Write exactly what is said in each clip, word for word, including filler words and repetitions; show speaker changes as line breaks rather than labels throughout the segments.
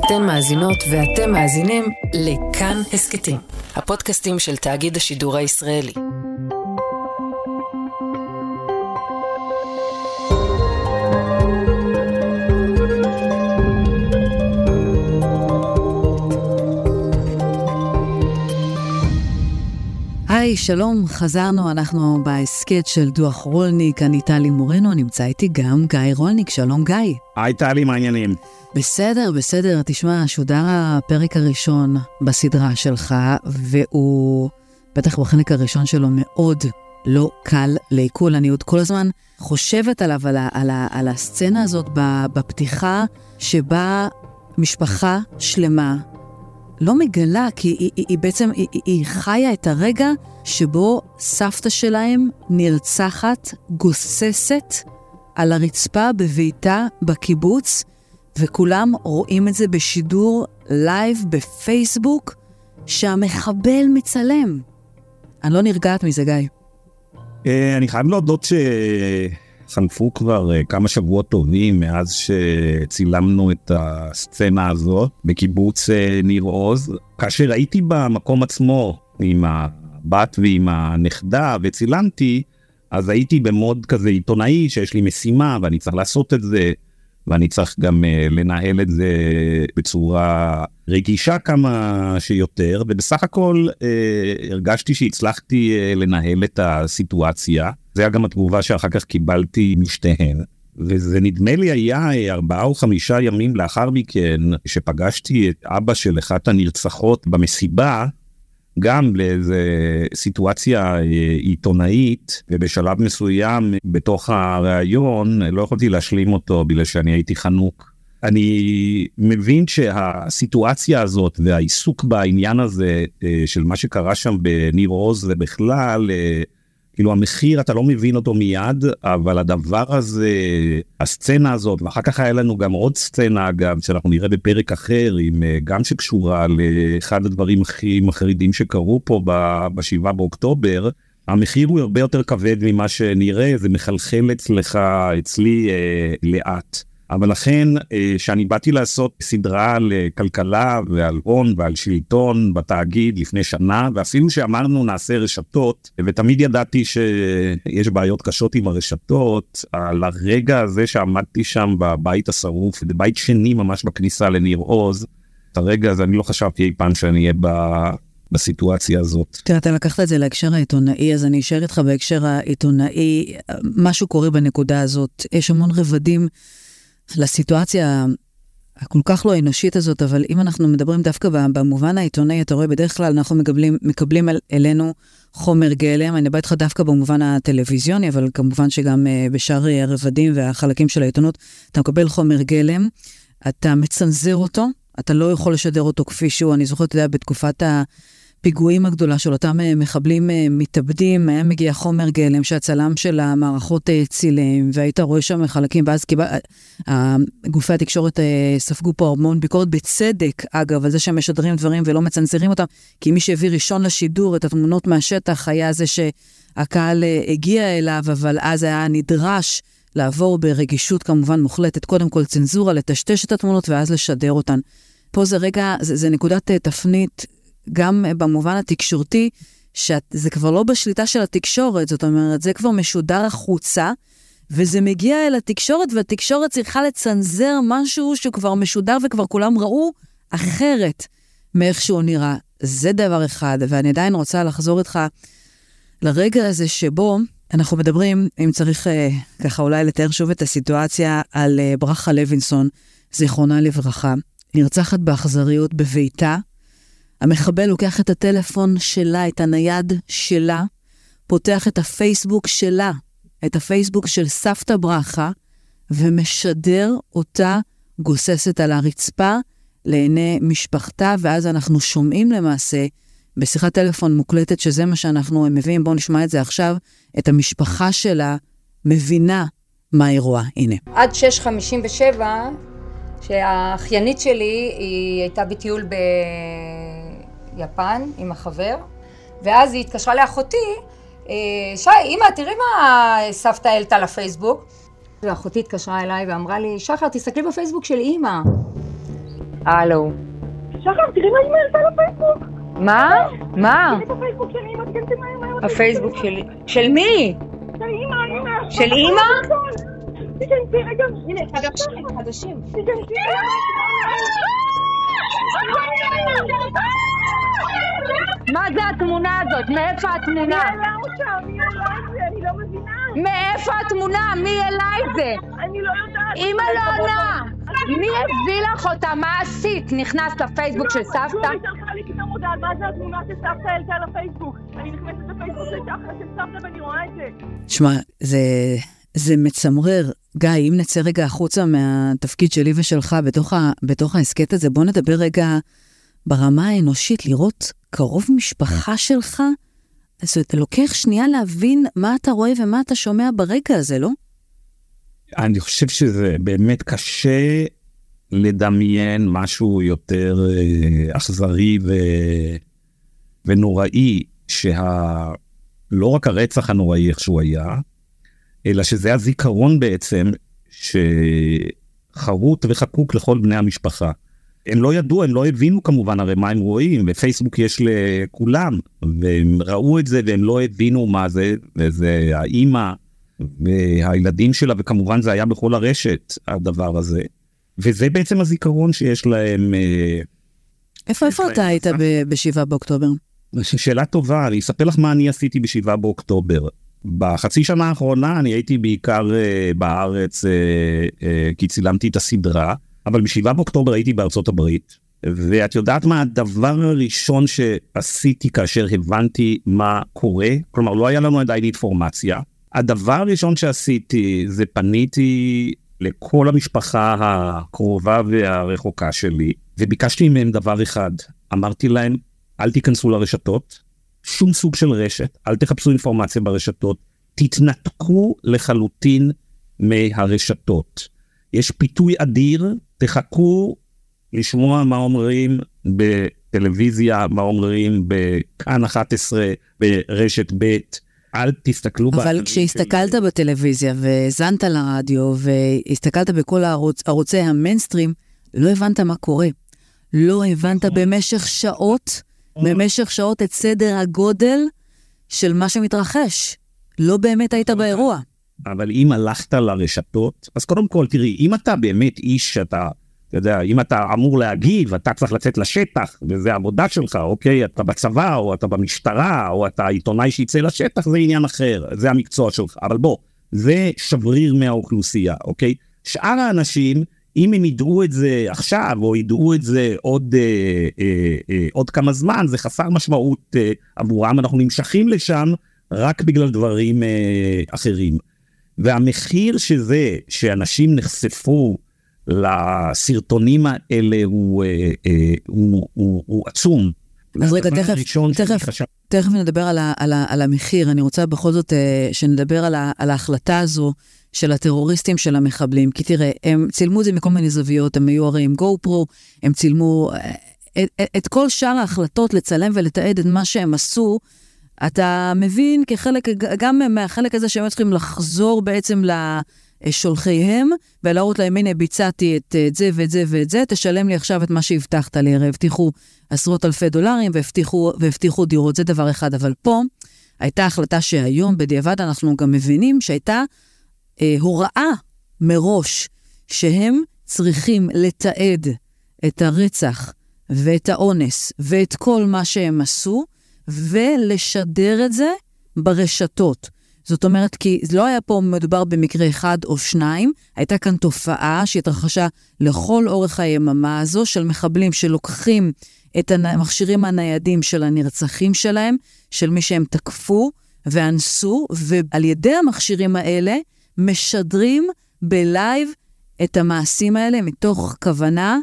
אתן מאזינות ואתם מאזינים לכאן הסקטים, הפודקאסטים של תאגיד השידור הישראלי.
היי, שלום, חזרנו, אנחנו בהסקט של דוח רולניק, אני טלי מורנו, נמצא איתי גם גיא רולניק, שלום גיא.
היי טלי, מה העניינים?
בסדר, בסדר, תשמע, שודר הפרק הראשון בסדרה שלך, והוא בטח בחלק הראשון שלו מאוד לא קל לעיכול, אני עוד כל הזמן חושבת עליו, על, על, על הסצנה הזאת בפתיחה, שבה משפחה שלמה, לא מגלה, כי היא, היא, היא בעצם, היא, היא חיה את הרגע שבו סבתא שלהם נרצחת, גוססת על הרצפה בביתה בקיבוץ, וכולם רואים את זה בשידור לייב בפייסבוק, שהמחבל מצלם. אני לא נרגעת מזה, גיא.
אני חייב להודות שחנפו כבר כמה שבועות טובים מאז שצילמנו את הסצנה הזאת בקיבוץ ניר עוז. כאשר הייתי במקום עצמו עם הבת ועם הנכדה וצילמתי, אז הייתי במוד כזה עיתונאי שיש לי משימה ואני צריך לעשות את זה, ואני צריך גם uh, לנהל את זה בצורה רגישה כמה שיותר, ובסך הכל uh, הרגשתי שהצלחתי uh, לנהל את הסיטואציה. זה היה גם התגובה שאחר כך קיבלתי משתיהן, וזה נדמה לי היה ארבעה או חמישה ימים לאחר מכן, שפגשתי את אבא של אחת הנרצחות במסיבה, גם לאיזו סיטואציה עיתונאית, ובשלב מסוים בתוך הרעיון לא יכולתי להשלים אותו בגלל שאני הייתי חנוק. אני מבין שהסיטואציה הזאת והעיסוק בעניין הזה של מה שקרה שם בניר עוז ובכלל, כאילו המחיר אתה לא מבין אותו מיד, אבל הדבר הזה, הסצנה הזאת, ואחר כך היה לנו גם עוד סצנה אגב, שאנחנו נראה בפרק אחר, עם, גם שקשורה לאחד הדברים הכי מחרידים שקרו פה בשבעה באוקטובר, המחיר הוא הרבה יותר כבד ממה שנראה, זה מחלחל אצלך, אצלי אה, לאט. אבל לכן, שאני באתי לעשות סדרה על כלכלה ועל הון ועל שלטון בתאגיד לפני שנה, ואפילו שאמרנו נעשה רשתות, ותמיד ידעתי שיש בעיות קשות עם הרשתות, על הרגע הזה שעמדתי שם בבית השרוף, בבית שני ממש בכניסה לניר עוז, את הרגע הזה אני לא חשבתי אי פעם שאני אהיה ב... בסיטואציה הזאת.
תראה, אתה לקחת את זה להקשר העיתונאי, אז אני אשאר איתך בהקשר העיתונאי, משהו קורה בנקודה הזאת, יש המון רבדים, לסיטואציה הכל כך לא אנושית הזאת, אבל אם אנחנו מדברים דווקא במובן העיתונאי, אתה רואה, בדרך כלל אנחנו מקבלים, מקבלים אל, אלינו חומר גלם, אני בא איתך דווקא במובן הטלוויזיוני, אבל כמובן שגם בשאר הרבדים והחלקים של העיתונות, אתה מקבל חומר גלם, אתה מצנזר אותו, אתה לא יכול לשדר אותו כפי שהוא, אני זוכרת, אתה יודע, בתקופת הפיגועים הגדולה של אותם מחבלים מתאבדים, היה מגיע חומר גלם שהצלם של המערכות צילם, והיית רואה שם חלקים, ואז קיבל, גופי התקשורת ספגו פה המון ביקורת בצדק, אגב, על זה שהם משדרים דברים ולא מצנזרים אותם, כי מי שהביא ראשון לשידור את התמונות מהשטח, היה זה שהקהל הגיע אליו, אבל אז היה נדרש לעבור ברגישות כמובן מוחלטת, קודם כל צנזורה, לטשטש את התמונות ואז לשדר אותן. פה זה רגע, זה, זה נקודת תפנית, גם במובן התקשורתי, שזה כבר לא בשליטה של התקשורת, זאת אומרת, זה כבר משודר החוצה, וזה מגיע אל התקשורת, והתקשורת צריכה לצנזר משהו שכבר משודר וכבר כולם ראו אחרת מאיך שהוא נראה. זה דבר אחד, ואני עדיין רוצה לחזור איתך לרגע הזה שבו אנחנו מדברים, אם צריך ככה אולי לתאר שוב את הסיטואציה, על ברכה לוינסון, זיכרונה לברכה, נרצחת באכזריות בביתה, המחבל לוקח את הטלפון שלה, את הנייד שלה, פותח את הפייסבוק שלה, את הפייסבוק של סבתא ברכה, ומשדר אותה גוססת על הרצפה לעיני משפחתה, ואז אנחנו שומעים למעשה, בשיחת טלפון מוקלטת, שזה מה שאנחנו מביאים, בואו נשמע את זה עכשיו, את המשפחה שלה מבינה מה היא רואה. הנה.
עד שש חמישים ושבע, שהאחיינית שלי היא הייתה בטיול ביפן עם החבר, ואז היא התקשרה לאחותי, שי, אמא, תראי מה סבתא העלתה לפייסבוק. ואחותי התקשרה אליי ואמרה לי, שחר, תסתכלי בפייסבוק של אמא. הלו.
שחר, תראי מה אימא העלתה לפייסבוק.
מה? מה?
תראי את הפייסבוק של אימא, תכנסי מה אימא העלתה.
הפייסבוק שלי. של מי?
של אימא, אימא.
של אימא?
תכנסי רגע.
הנה, חדשים, חדשים.
תכנסי.
מה זה התמונה הזאת? מאיפה התמונה?
מי העלה אותה? מי העלה את זה? אני לא מבינה.
מאיפה התמונה? מי העלה את זה?
אני לא יודעת.
אמא לא עונה. מי הביא לך אותה? מה עשית? נכנסת לפייסבוק של סבתא?
היא שלחה לי פתאום הודעה, מה זה התמונה שסבתא העלתה לפייסבוק? אני נכנסת לפייסבוק של סבתא ואני רואה את זה.
שמע, זה... זה מצמרר. גיא, אם נצא רגע החוצה מהתפקיד שלי ושלך בתוך, ה, בתוך העסקת הזה, בוא נדבר רגע ברמה האנושית, לראות קרוב משפחה שלך, אז אתה לוקח שנייה להבין מה אתה רואה ומה אתה שומע ברגע הזה, לא?
אני חושב שזה באמת קשה לדמיין משהו יותר אה, אכזרי ו... ונוראי, שה... לא רק הרצח הנוראי איך שהוא היה, אלא שזה הזיכרון בעצם שחרוט וחקוק לכל בני המשפחה. הם לא ידעו, הם לא הבינו כמובן הרי מה הם רואים, ופייסבוק יש לכולם, והם ראו את זה והם לא הבינו מה זה, וזה האמא והילדים שלה, וכמובן זה היה בכל הרשת הדבר הזה, וזה בעצם הזיכרון שיש להם.
איפה, איפה אתה היית בשבעה באוקטובר?
שאלה טובה, אני אספר לך מה אני עשיתי בשבעה באוקטובר. בחצי שנה האחרונה אני הייתי בעיקר uh, בארץ, uh, uh, כי צילמתי את הסדרה, אבל בשבעה באוקטובר הייתי בארצות הברית, ואת יודעת מה הדבר הראשון שעשיתי כאשר הבנתי מה קורה? כלומר, לא היה לנו עדיין אינפורמציה. הדבר הראשון שעשיתי זה פניתי לכל המשפחה הקרובה והרחוקה שלי, וביקשתי מהם דבר אחד. אמרתי להם, אל תיכנסו לרשתות, שום סוג של רשת, אל תחפשו אינפורמציה ברשתות, תתנתקו לחלוטין מהרשתות. יש פיתוי אדיר, תחכו לשמוע מה אומרים בטלוויזיה, מה אומרים בכאן אחת עשרה, ברשת ב', אל תסתכלו...
אבל כשהסתכלת של... בטלוויזיה והזנת לרדיו והסתכלת בכל הערוץ, ערוצי המיינסטרים, לא הבנת מה קורה. לא הבנת במשך שעות... במשך שעות את סדר הגודל של מה שמתרחש. לא באמת היית באירוע.
אבל אם הלכת לרשתות, אז קודם כל, תראי, אם אתה באמת איש שאתה, אתה יודע, אם אתה אמור להגיב, אתה צריך לצאת לשטח, וזה העבודה שלך, אוקיי? אתה בצבא, או אתה במשטרה, או אתה עיתונאי שיצא לשטח, זה עניין אחר, זה המקצוע שלך. אבל בוא, זה שבריר מהאוכלוסייה, אוקיי? שאר האנשים, אם הם ידעו את זה עכשיו, או ידעו את זה עוד, אה, אה, אה, עוד כמה זמן, זה חסר משמעות אה, עבורם, אנחנו נמשכים לשם רק בגלל דברים אה, אחרים. והמחיר שזה, שאנשים נחשפו לסרטונים האלה, הוא, אה, אה, הוא, הוא, הוא עצום.
אז רגע, תכף, תכף, חשב... תכף נדבר על, ה, על, ה, על המחיר. אני רוצה בכל זאת אה, שנדבר על, ה, על ההחלטה הזו, של הטרוריסטים, של המחבלים, כי תראה, הם צילמו את זה מכל מיני זוויות, הם היו הרי עם גו פרו, הם צילמו את, את, את כל שאר ההחלטות לצלם ולתעד את מה שהם עשו, אתה מבין כחלק, גם מהחלק הזה שהם צריכים לחזור בעצם לשולחיהם, ולהראות להם, הנה ביצעתי את, את זה ואת זה ואת זה, תשלם לי עכשיו את מה שהבטחת לי, הרי הבטיחו עשרות אלפי דולרים, והבטיחו, והבטיחו דירות, זה דבר אחד, אבל פה הייתה החלטה שהיום בדיעבד אנחנו גם מבינים שהייתה אה, הוראה מראש שהם צריכים לתעד את הרצח ואת האונס ואת כל מה שהם עשו, ולשדר את זה ברשתות. זאת אומרת, כי לא היה פה מדובר במקרה אחד או שניים, הייתה כאן תופעה שהתרחשה לכל אורך היממה הזו, של מחבלים שלוקחים את המכשירים הניידים של הנרצחים שלהם, של מי שהם תקפו ואנסו, ועל ידי המכשירים האלה משדרים בלייב את המעשים האלה, מתוך כוונה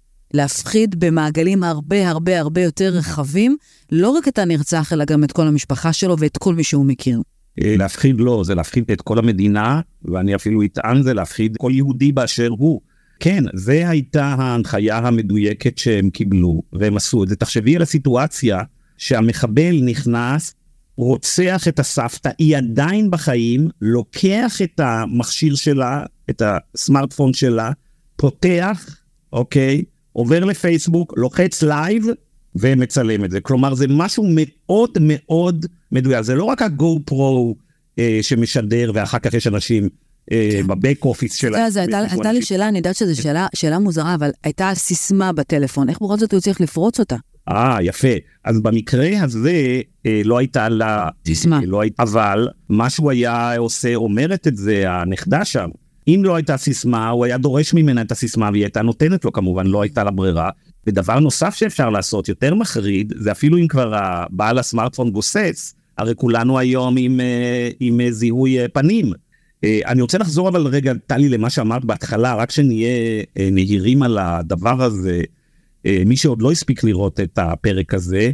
להפחיד במעגלים הרבה הרבה הרבה יותר רחבים, לא רק את הנרצח, אלא גם את כל המשפחה שלו ואת כל מי שהוא מכיר.
להפחיד לא, זה להפחיד את כל המדינה, ואני אפילו אטען זה להפחיד כל יהודי באשר הוא. כן, זה הייתה ההנחיה המדויקת שהם קיבלו, והם עשו את זה. תחשבי על הסיטואציה שהמחבל נכנס, רוצח את הסבתא, היא עדיין בחיים, לוקח את המכשיר שלה, את הסמארטפון שלה, פותח, אוקיי, עובר לפייסבוק, לוחץ לייב ומצלם את זה. כלומר, זה משהו מאוד מאוד מדויק. זה לא רק הגו פרו אה, שמשדר, ואחר כך יש אנשים אה, בבק אופיס שלה.
הייתה לי שאלה, אני יודעת שזו שאלה, שאלה מוזרה, אבל הייתה סיסמה בטלפון. איך בכל זאת הוא צריך לפרוץ אותה?
אה, יפה. אז במקרה הזה אה, לא הייתה לה סיסמה. לא היית, אבל מה שהוא היה עושה, אומרת את זה, הנכדה שם. אם לא הייתה סיסמה, הוא היה דורש ממנה את הסיסמה, והיא הייתה נותנת לו כמובן, לא הייתה לה ברירה. ודבר נוסף שאפשר לעשות, יותר מחריד, זה אפילו אם כבר הבעל הסמארטפון גוסס, הרי כולנו היום עם, עם זיהוי פנים. אני רוצה לחזור אבל רגע, טלי, למה שאמרת בהתחלה, רק שנהיה נהירים על הדבר הזה, מי שעוד לא הספיק לראות את הפרק הזה,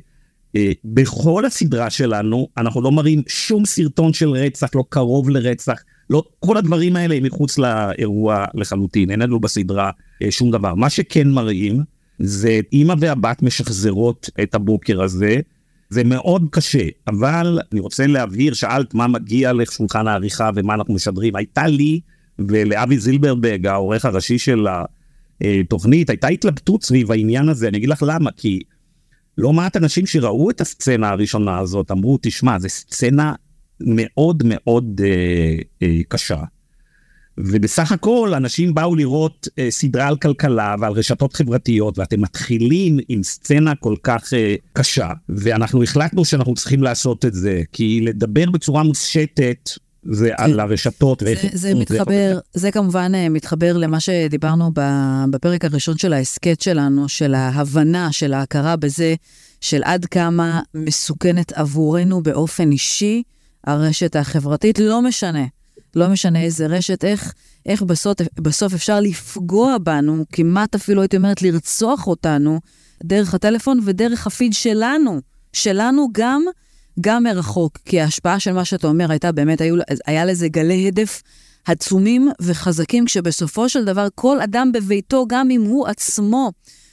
בכל הסדרה שלנו, אנחנו לא מראים שום סרטון של רצח, לא קרוב לרצח, לא, כל הדברים האלה הם מחוץ לאירוע לחלוטין, אין לנו בסדרה שום דבר. מה שכן מראים, זה אמא והבת משחזרות את הבוקר הזה, זה מאוד קשה, אבל אני רוצה להבהיר, שאלת מה מגיע לשולחן העריכה ומה אנחנו משדרים, הייתה לי ולאבי זילברברג, העורך הראשי של התוכנית, הייתה התלבטות סביב העניין הזה, אני אגיד לך למה, כי לא מעט אנשים שראו את הסצנה הראשונה הזאת, אמרו, תשמע, זו סצנה מאוד מאוד אה, אה, קשה, ובסך הכל אנשים באו לראות אה, סדרה על כלכלה ועל רשתות חברתיות, ואתם מתחילים עם סצנה כל כך אה, קשה, ואנחנו החלטנו שאנחנו צריכים לעשות את זה, כי לדבר בצורה מושטת, זה על הרשתות.
זה, זה מתחבר, זה כמובן מתחבר למה שדיברנו בפרק הראשון של העסקת שלנו, של ההבנה, של ההכרה בזה, של עד כמה מסוכנת עבורנו באופן אישי, הרשת החברתית, לא משנה, לא משנה איזה רשת, איך, איך בסוף, בסוף אפשר לפגוע בנו, כמעט אפילו הייתי אומרת לרצוח אותנו, דרך הטלפון ודרך הפיד שלנו, שלנו גם, גם מרחוק, כי ההשפעה של מה שאתה אומר הייתה באמת, היו, היה לזה גלי הדף עצומים וחזקים, כשבסופו של דבר כל אדם בביתו, גם אם הוא עצמו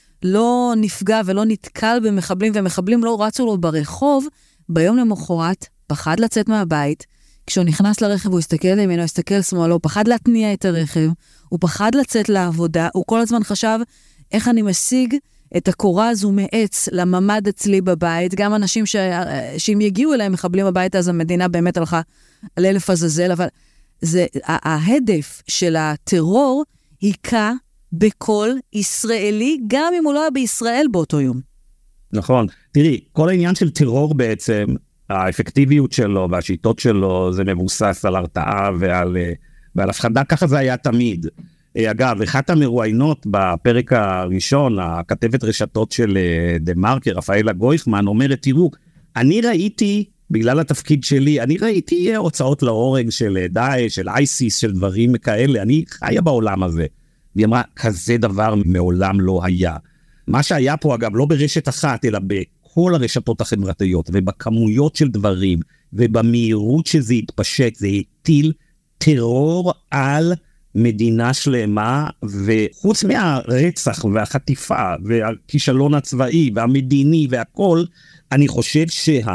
לא נפגע ולא נתקל במחבלים, ומחבלים לא רצו לו ברחוב, ביום למחרת פחד לצאת מהבית, כשהוא נכנס לרכב הוא הסתכל לימינו, הוא הסתכל שמאלו, הוא פחד להתניע את הרכב, הוא פחד לצאת לעבודה, הוא כל הזמן חשב איך אני משיג את הקורה הזו מעץ לממד אצלי בבית, גם אנשים ש... שאם יגיעו אליהם מחבלים בבית, אז המדינה באמת הלכה על אלף עזאזל, אבל זה, ההדף של הטרור היכה בכל ישראלי, גם אם הוא לא היה בישראל באותו יום.
נכון. תראי, כל העניין של טרור בעצם, האפקטיביות שלו והשיטות שלו, זה מבוסס על הרתעה ועל, ועל הפחדה, ככה זה היה תמיד. אגב, אחת המרואיינות בפרק הראשון, הכתבת רשתות של דה מרקר, רפאלה גויכמן, אומרת, תראו, אני ראיתי, בגלל התפקיד שלי, אני ראיתי הוצאות להורג של דאעש, של אייסיס, של דברים כאלה, אני חיה בעולם הזה. והיא אמרה, כזה דבר מעולם לא היה. מה שהיה פה, אגב, לא ברשת אחת, אלא בכל הרשתות החברתיות, ובכמויות של דברים, ובמהירות שזה התפשט, זה הטיל טרור על מדינה שלמה, וחוץ מהרצח והחטיפה והכישלון הצבאי והמדיני והכל, אני חושב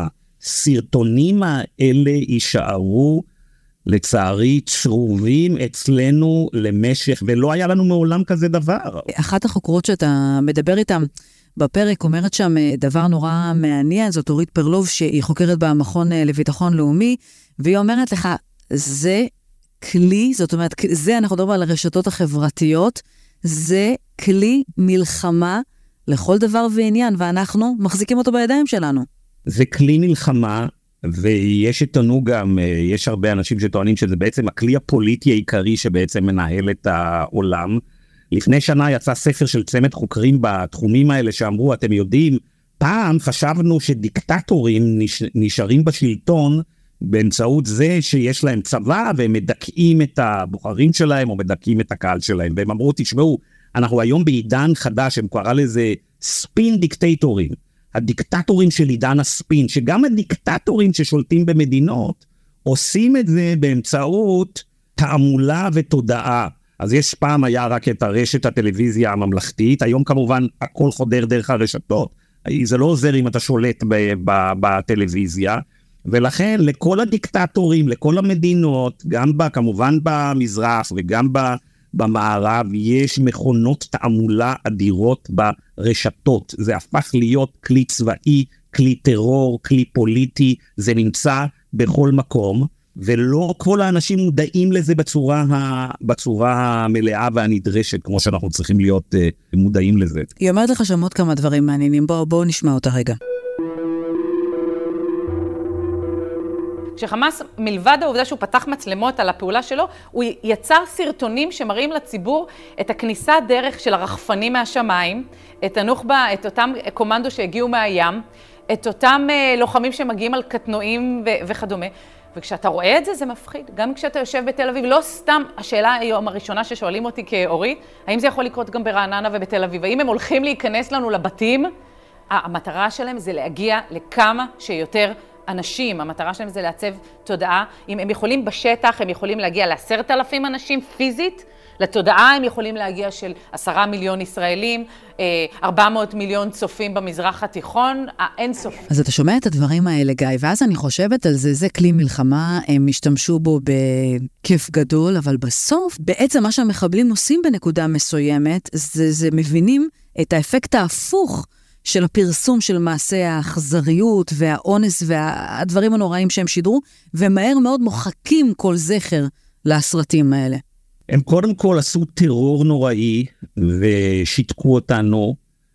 שהסרטונים האלה יישארו לצערי צרובים אצלנו למשך, ולא היה לנו מעולם כזה דבר.
אחת החוקרות שאתה מדבר איתם בפרק אומרת שם דבר נורא מעניין, זאת אורית פרלוב שהיא חוקרת במכון לביטחון לאומי, והיא אומרת לך, זה כלי, זאת אומרת, זה אנחנו מדברים על הרשתות החברתיות, זה כלי מלחמה לכל דבר ועניין, ואנחנו מחזיקים אותו בידיים שלנו.
זה כלי מלחמה, ויש איתנו גם, יש הרבה אנשים שטוענים שזה בעצם הכלי הפוליטי העיקרי שבעצם מנהל את העולם. לפני שנה יצא ספר של צמד חוקרים בתחומים האלה שאמרו, אתם יודעים, פעם חשבנו שדיקטטורים נשארים בשלטון, באמצעות זה שיש להם צבא, והם מדכאים את הבוחרים שלהם, או מדכאים את הקהל שלהם. והם אמרו, תשמעו, אנחנו היום בעידן חדש, הם קרא לזה ספין דיקטטורים. הדיקטטורים של עידן הספין, שגם הדיקטטורים ששולטים במדינות, עושים את זה באמצעות תעמולה ותודעה. אז יש פעם היה רק את הרשת הטלוויזיה הממלכתית, היום כמובן הכל חודר דרך הרשתות. זה לא עוזר אם אתה שולט בטלוויזיה, ולכן לכל הדיקטטורים, לכל המדינות, גם בה, כמובן במזרח וגם במערב, יש מכונות תעמולה אדירות ברשתות. זה הפך להיות כלי צבאי, כלי טרור, כלי פוליטי, זה נמצא בכל מקום, ולא כל האנשים מודעים לזה בצורה, בצורה המלאה והנדרשת, כמו שאנחנו צריכים להיות uh, מודעים לזה.
היא אומרת לך שם עוד כמה דברים מעניינים, בואו בוא נשמע אותה רגע.
כשחמאס, מלבד העובדה שהוא פתח מצלמות על הפעולה שלו, הוא יצר סרטונים שמראים לציבור את הכניסה דרך של הרחפנים מהשמיים, את הנוח'בה, את אותם קומנדו שהגיעו מהים, את אותם לוחמים שמגיעים על קטנועים ו- וכדומה. וכשאתה רואה את זה, זה מפחיד. גם כשאתה יושב בתל אביב, לא סתם השאלה היום הראשונה ששואלים אותי כאורית, האם זה יכול לקרות גם ברעננה ובתל אביב? האם הם הולכים להיכנס לנו לבתים? המטרה שלהם זה להגיע לכמה שיותר אנשים. המטרה שלהם זה לעצב תודעה. אם הם יכולים בשטח, הם יכולים להגיע לעשרת אלפים אנשים פיזית, לתודעה הם יכולים להגיע של עשרה מיליון ישראלים, ארבע מאות מיליון צופים במזרח התיכון, אין סוף.
אז אתה שומע את הדברים האלה, גיא, ואז אני חושבת על זה, זה כלי מלחמה, הם השתמשו בו בכיף גדול, אבל בסוף, בעצם מה שהמחבלים עושים בנקודה מסוימת, זה, זה מבינים את האפקט ההפוך של הפרסום של מעשה האכזריות והאונס והדברים הנוראים שהם שידרו, ומהר מאוד מוחקים כל זכר לסרטים האלה.
הם קודם כל עשו טרור נוראי, ושיתקו אותנו,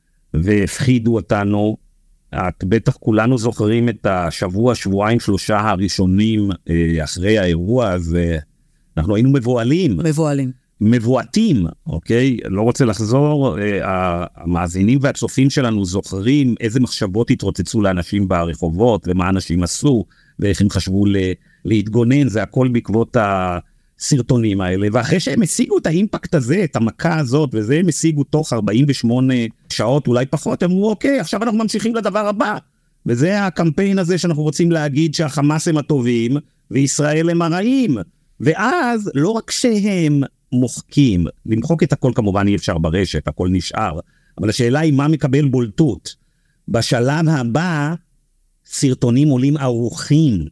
והפחידו אותנו. את בטח כולנו זוכרים את השבוע, שבועיים, שלושה הראשונים אחרי האירוע, אז אנחנו היינו מבועלים.
מבועלים.
מבועטים, אוקיי? לא רוצה לחזור, המאזינים והצופים שלנו זוכרים איזה מחשבות התרוצצו לאנשים ברחובות, ומה אנשים עשו, ואיך הם חשבו להתגונן, זה הכל בעקבות ה... סרטונים האלה, ואחרי שהם השיגו את האימפקט הזה, את המכה הזאת, וזה הם השיגו תוך ארבעים ושמונה שעות, אולי פחות, הם אמרו, אוקיי, עכשיו אנחנו ממשיכים לדבר הבא. וזה הקמפיין הזה שאנחנו רוצים להגיד שהחמאס הם הטובים, וישראל הם הרעים. ואז, לא רק שהם מוחקים, למחוק את הכל כמובן אי אפשר ברשת, הכל נשאר, אבל השאלה היא מה מקבל בולטות. בשלב הבא, סרטונים עולים ערוכים,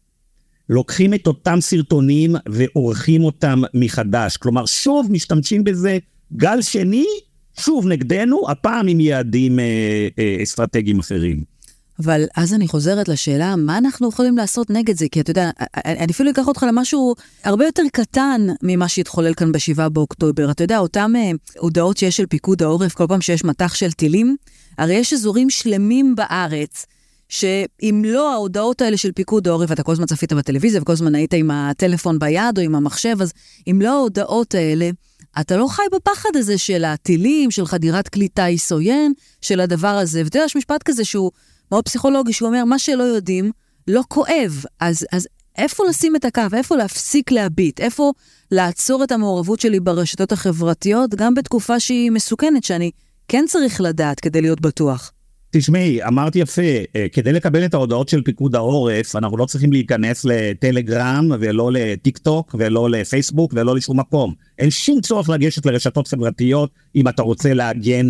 לוקחים את אותם סרטונים ועורכים אותם מחדש. כלומר, שוב משתמשים בזה גל שני, שוב נגדנו, הפעם עם יעדים אה, אה, אסטרטגיים אחרים.
אבל אז אני חוזרת לשאלה, מה אנחנו יכולים לעשות נגד זה? כי אתה יודע, אני אפילו אקח אותך למשהו הרבה יותר קטן ממה שהתחולל כאן בשבעה באוקטובר. אתה יודע, אותם אה, הודעות שיש של פיקוד העורף, כל פעם שיש מתח של טילים, הרי יש אזורים שלמים בארץ, שאם לא ההודעות האלה של פיקוד העורף, אתה כל הזמן צפית בטלוויזיה, וכל הזמן היית עם הטלפון ביד או עם המחשב, אז אם לא ההודעות האלה, אתה לא חי בפחד הזה של הטילים, של חדירת כלי טיס עוין, של הדבר הזה. ואתה יודע, יש משפט כזה שהוא מאוד פסיכולוגי, שהוא אומר, מה שלא יודעים, לא כואב. אז, אז איפה לשים את הקו? איפה להפסיק להביט? איפה לעצור את המעורבות שלי ברשתות החברתיות, גם בתקופה שהיא מסוכנת, שאני כן צריך לדעת כדי להיות בטוח?
תשמעי, אמרתי יפה, כדי לקבל את ההודעות של פיקוד העורף, אנחנו לא צריכים להיכנס לטלגרם, ולא לטיק טוק, ולא לפייסבוק, ולא לשום מקום. אין שום צורך לגשת לרשתות חברתיות, אם אתה רוצה להגן,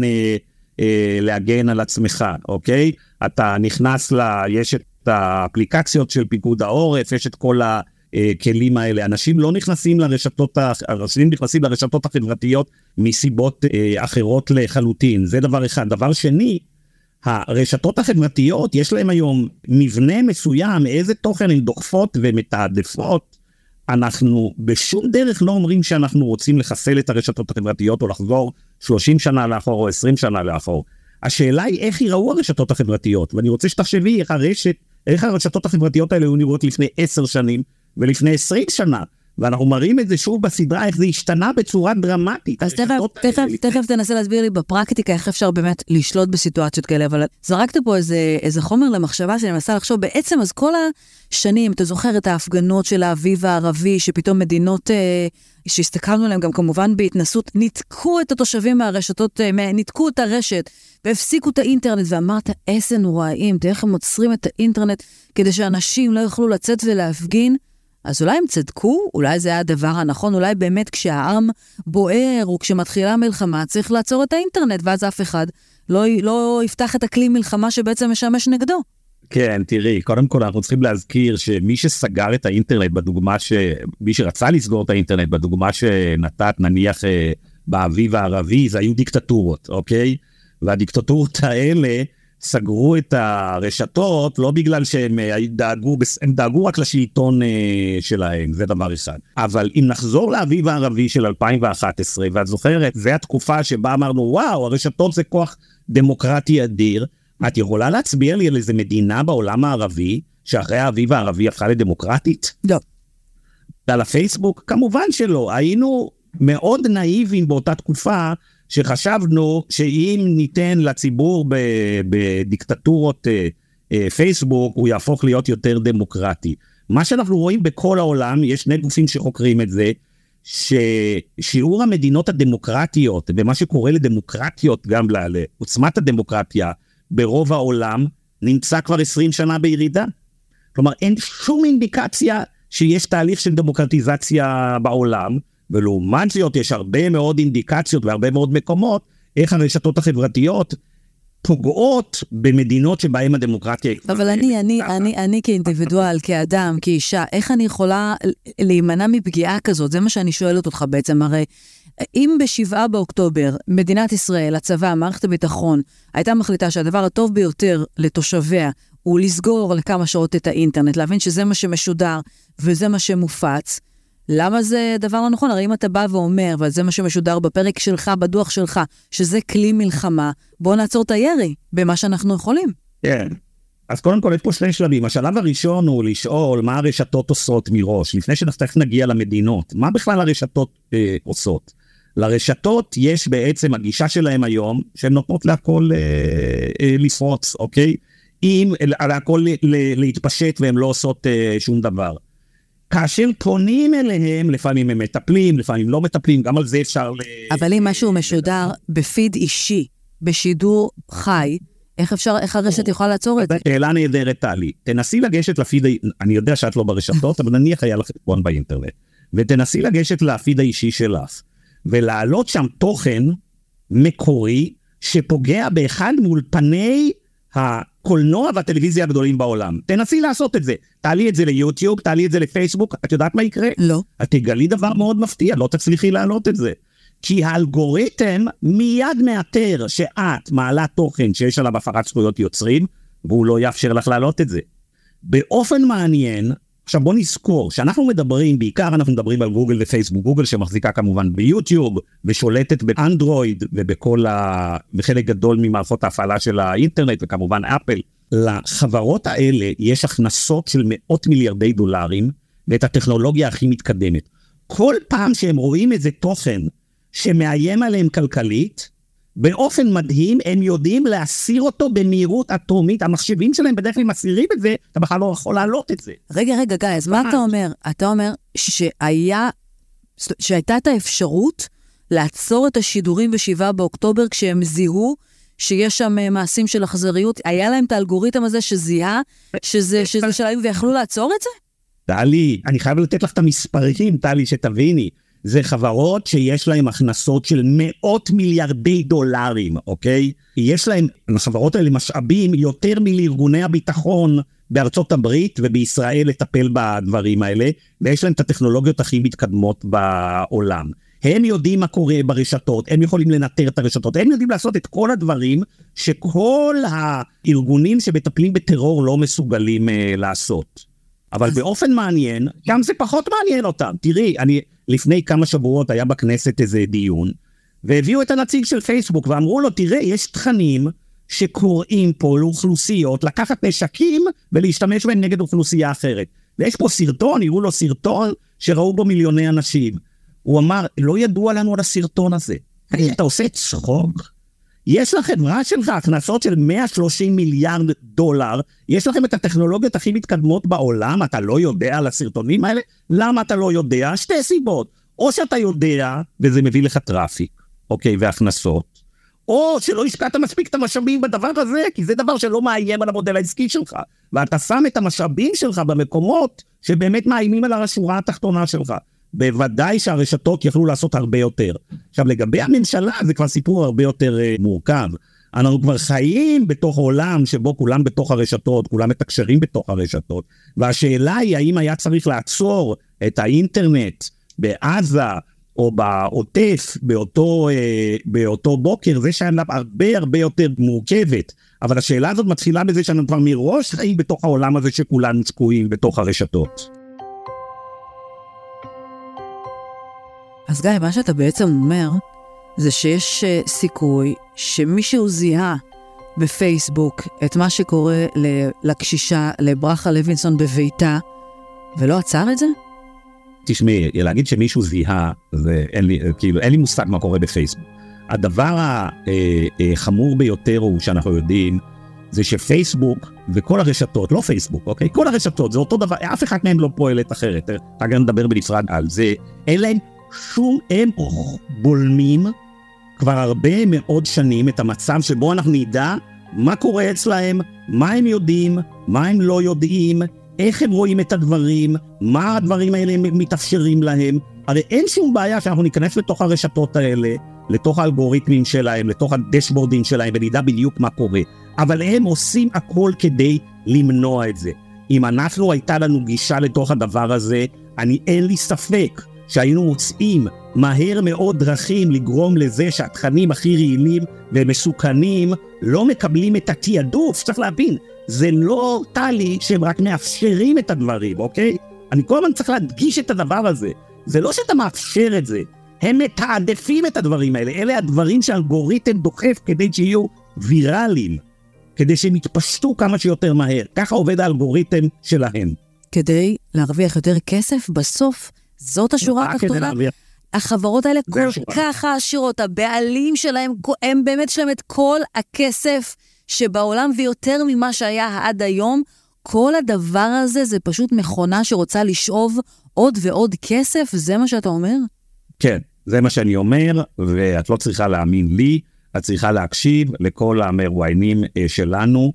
להגן על עצמך, אוקיי? אתה נכנס ל... יש את האפליקציות של פיקוד העורף, יש את כל הכלים האלה. אנשים לא נכנסים לרשתות, אנשים נכנסים לרשתות החברתיות, מסיבות אחרות לחלוטין. זה דבר אחד. דבר שני, הרשתות החברתיות, יש להם היום מבנה מסוים, איזה תוכן הן דוחפות ומתעדפות. אנחנו בשום דרך לא אומרים שאנחנו רוצים לחסל את הרשתות החברתיות, או לחזור שלושים שנה לאחור, או עשרים שנה לאחור. השאלה היא איך ייראו הרשתות החברתיות, ואני רוצה שתחשבי איך הרשת, איך הרשתות החברתיות האלה היו נראות לפני עשר שנים, ולפני עשרים שנה. ואנחנו מראים את זה שוב בסדרה, איך זה השתנה בצורה דרמטית.
אז תכף, תכף, תכף תנסה להסביר לי בפרקטיקה, איך אפשר באמת לשלוט בסיטואציות כאלה, אבל זרקת פה איזה, איזה חומר למחשבה, שאני מנסה לחשוב, בעצם אז כל השנים, אתה זוכר את ההפגנות של האביב הערבי, שפתאום מדינות אה, שהסתכלנו עליהם גם כמובן בהתנסות, ניתקו את התושבים מהרשתות, אה, ניתקו את הרשת, והפסיקו את האינטרנט, ואמרת, איזה נוראים, תראה איך הם עוצרים את האינטרנט, כדי שאנשים לא יוכלו לצאת ולהפגין. אז אולי הם צדקו, אולי זה היה הדבר הנכון, אולי באמת כשהעם בוער, או כשמתחילה מלחמה, צריך לעצור את האינטרנט, ואז אף אחד לא, לא יפתח את הכלי מלחמה שבעצם משמש נגדו.
כן, תראי, קודם כל אנחנו צריכים להזכיר שמי שסגר את האינטרנט בדוגמה ש... מי שרצה לסגור את האינטרנט בדוגמה שנתת, נניח באביב הערבי, זה היו דיקטטורות, אוקיי? והדיקטטורות האלה סגרו את הרשתות, לא בגלל שהם דאגו, הם דאגו רק לשלטון שלהם, זה דבר אחד. אבל אם נחזור לאביב הערבי של אלפיים ואחת עשרה, ואת זוכרת, זה התקופה שבה אמרנו, וואו, הרשתות זה כוח דמוקרטי אדיר, את יכולה להצביע לי על איזה מדינה בעולם הערבי, שאחרי האביב הערבי הפכה לדמוקרטית?
לא.
על הפייסבוק? כמובן שלא. היינו מאוד נאיבים באותה תקופה, שחשבנו שאם ניתן לציבור בדיקטטורות פייסבוק, הוא יהפוך להיות יותר דמוקרטי. מה שאנחנו רואים בכל העולם, יש שני גופים שחוקרים את זה, ששיעור המדינות הדמוקרטיות, ומה שקורה לדמוקרטיות גם לעוצמת הדמוקרטיה, ברוב העולם, נמצא כבר עשרים שנה בירידה. כלומר, אין שום אינדיקציה שיש תהליך של דמוקרטיזציה בעולם, ולעומת זאת יש הרבה מאוד אינדיקציות והרבה מאוד מקומות, איך הרשתות החברתיות פוגעות במדינות שבהן הדמוקרטיה...
אבל אני, אני, אני, אני כאינדיבידואל, כאדם, כאישה, איך אני יכולה להימנע מפגיעה כזאת? זה מה שאני שואלת אותך בעצם, הרי אם בשבעה באוקטובר, מדינת ישראל, הצבא, מערכת הביטחון, הייתה מחליטה שהדבר הטוב ביותר לתושביה, הוא לסגור לכמה שעות את האינטרנט, להבין שזה מה שמשודר וזה מה שמופץ, למה זה דבר לא נכון? הרי אם אתה בא ואומר, וזה מה שמשודר בפרק שלך, בדוח שלך, שזה כלי מלחמה, בוא נעצור את הירי במה שאנחנו יכולים.
כן. אז קודם כל, יש פה שני שלבים. השלב הראשון הוא לשאול מה הרשתות עושות מראש, לפני שתכף נגיע למדינות. מה בכלל הרשתות אה, עושות? לרשתות יש בעצם הגישה שלהם היום, שהן נותנות להכל אה, אה, לפרוץ, אוקיי? אם להכל להתפשט והן לא עושות אה, שום דבר. כאשר פונים אליהם, לפעמים הם מטפלים, לפעמים לא מטפלים, גם על זה אפשר...
אבל אם משהו משודר בפיד אישי, בשידור חי, איך אפשר, איך הרשת יכולה לעצור את זה?
שאלה נהדרת, טלי. תנסי לגשת לפיד, אני יודע שאת לא ברשתות, אבל נניח היה לך חשבון באינטרנט, ותנסי לגשת לפיד האישי שלך, ולהעלות שם תוכן מקורי, שפוגע באחד מאולפני הקולנוע והטלוויזיה הגדולים בעולם. תנסי לעשות את זה. תעלי את זה ליוטיוב, תעלי את זה לפייסבוק, את יודעת מה יקרה?
לא.
את תגלי דבר מאוד מפתיע, לא תצליחי להעלות את זה. כי האלגוריתם מיד מאתר שאת מעלה תוכן שיש עליו הפרת זכויות יוצרים, והוא לא יאפשר לך להעלות את זה. באופן מעניין, עכשיו בוא נזכור, שאנחנו מדברים, בעיקר אנחנו מדברים על גוגל ופייסבוק, גוגל שמחזיקה כמובן ביוטיוב, ושולטת באנדרואיד, ובכל ה... בחלק גדול ממערכות ההפעלה של האינטרנט, וכמובן אפל. לחברות האלה יש הכנסות של מאות מיליארדי דולרים, ואת הטכנולוגיה הכי מתקדמת. כל פעם שהם רואים איזה תוכן, שמאיים עליהם כלכלית, באופן מדהים הם יודעים להסיר אותו במהירות אטומית, המחשבים שלהם בדרך כלל מסירים את זה, אתה בכלל לא יכול להעלות את זה.
רגע, רגע, גיא, אז מה אתה אומר? אתה אומר שהיה, שהייתה את האפשרות לעצור את השידורים בשבעה באוקטובר, כשהם זיהו שיש שם מעשים של אכזריות, היה להם את האלגוריתם הזה שזיהה, שזה, שזה שלהם ויכלו לעצור את זה?
טלי, אני חייב לתת לך את המספרים, טלי, שתביני. זה חברות שיש להם הכנסות של מאות מיליארדי דולרים, אוקיי? יש להם, החברות האלה משאבים יותר מלארגוני הביטחון בארצות הברית ובישראל לטפל בדברים האלה, ויש להם את הטכנולוגיות הכי מתקדמות בעולם. הם יודעים מה קורה ברשתות, הם יכולים לנטר את הרשתות, הם יודעים לעשות את כל הדברים שכל הארגונים שמטפלים בטרור לא מסוגלים uh, לעשות. אבל אז... באופן מעניין, גם זה פחות מעניין אותם. תראי, אני לפני כמה שבועות היה בכנסת איזה דיון, והביאו את הנציג של פייסבוק, ואמרו לו, תראה, יש תכנים שקוראים פה לאוכלוסיות, לקחת נשקים ולהשתמש בהם נגד אוכלוסייה אחרת. ויש פה סרטון, יראו לו סרטון שראו בו מיליוני אנשים. הוא אמר, לא ידוע לנו על הסרטון הזה. אתה עושה צחוק? יש לחברה שלך הכנסות של מאה ושלושים מיליארד דולר, יש לכם את הטכנולוגיות הכי מתקדמות בעולם, אתה לא יודע על הסרטונים האלה? למה אתה לא יודע? שתי סיבות. או שאתה יודע, וזה מביא לך טראפיק, אוקיי, והכנסות, או שלא השקעת מספיק את המשאבים בדבר הזה, כי זה דבר שלא מאיים על המודל העסקי שלך, ואתה שם את המשאבים שלך במקומות שבאמת מאיימים על השורה התחתונה שלך. בוודאי שהרשתות יכלו לעשות הרבה יותר. עכשיו, לגבי הממשלה, זה כבר סיפור הרבה יותר uh, מורכב. אנחנו כבר חיים בתוך עולם שבו כולם בתוך הרשתות, כולם מתקשרים בתוך הרשתות, והשאלה היא האם היה צריך לעצור את האינטרנט בעזה, או בעוטף, באותו, אה, באותו בוקר, זה שאלה הרבה הרבה יותר מורכבת, אבל השאלה הזאת מתחילה בזה שאנחנו כבר מראש חיים בתוך העולם הזה שכולנו תקועים בתוך הרשתות.
אז גיא, מה שאתה בעצם אומר, זה שיש uh, סיכוי שמישהו זיהה בפייסבוק את מה שקורה לקשישה, לברכה לוינסון בביתה, ולא עצר את זה?
תשמעי, להגיד שמישהו זיהה, זה, אין לי, כאילו, אין לי מושג מה קורה בפייסבוק. הדבר החמור ביותר הוא שאנחנו יודעים, זה שפייסבוק וכל הרשתות, לא פייסבוק, אוקיי? כל הרשתות, זה אותו דבר, אף אחד מהם לא פועלת אחרת. אגב, נדבר בנפרד על זה. אין להם שום, הם בולמים כבר הרבה מאוד שנים את המצב שבו אנחנו נדע מה קורה אצלהם, מה הם יודעים, מה הם לא יודעים, איך הם רואים את הדברים, מה הדברים האלה מתאפשרים להם. הרי אין שום בעיה שאנחנו ניכנס לתוך הרשתות האלה, לתוך האלגוריתמים שלהם, לתוך הדשבורדים שלהם, ונדע בדיוק מה קורה. אבל הם עושים הכל כדי למנוע את זה. אם אנחנו הייתה לנו גישה לתוך הדבר הזה, אני אין לי ספק שהיינו מוצאים מהר מאוד דרכים לגרום לזה שהתכנים הכי רעילים ומסוכנים לא מקבלים את התיעדוף. צריך להבין, זה לא טלי שהם רק מאפשרים את הדברים, אוקיי? אני כל הזמן צריך להדגיש את הדבר הזה. זה לא שאתה מאפשר את זה, הם מתעדפים את הדברים האלה. אלה הדברים שהאלגוריתם דוחף כדי שיהיו ויראליים, כדי שהם יתפשטו כמה שיותר מהר. ככה עובד האלגוריתם שלהם. כדי
להרוויח יותר כסף, בסוף זאת השורה התחתונה. החברות האלה כל כך עשירות, הבעלים שלהם, הם באמת שלהם את כל הכסף שבעולם ויותר ממה שהיה עד היום. כל הדבר הזה זה פשוט מכונה שרוצה לשאוב עוד ועוד כסף, זה מה שאתה אומר?
כן, זה מה שאני אומר, ואת לא צריכה להאמין לי, את צריכה להקשיב לכל המרואיינים שלנו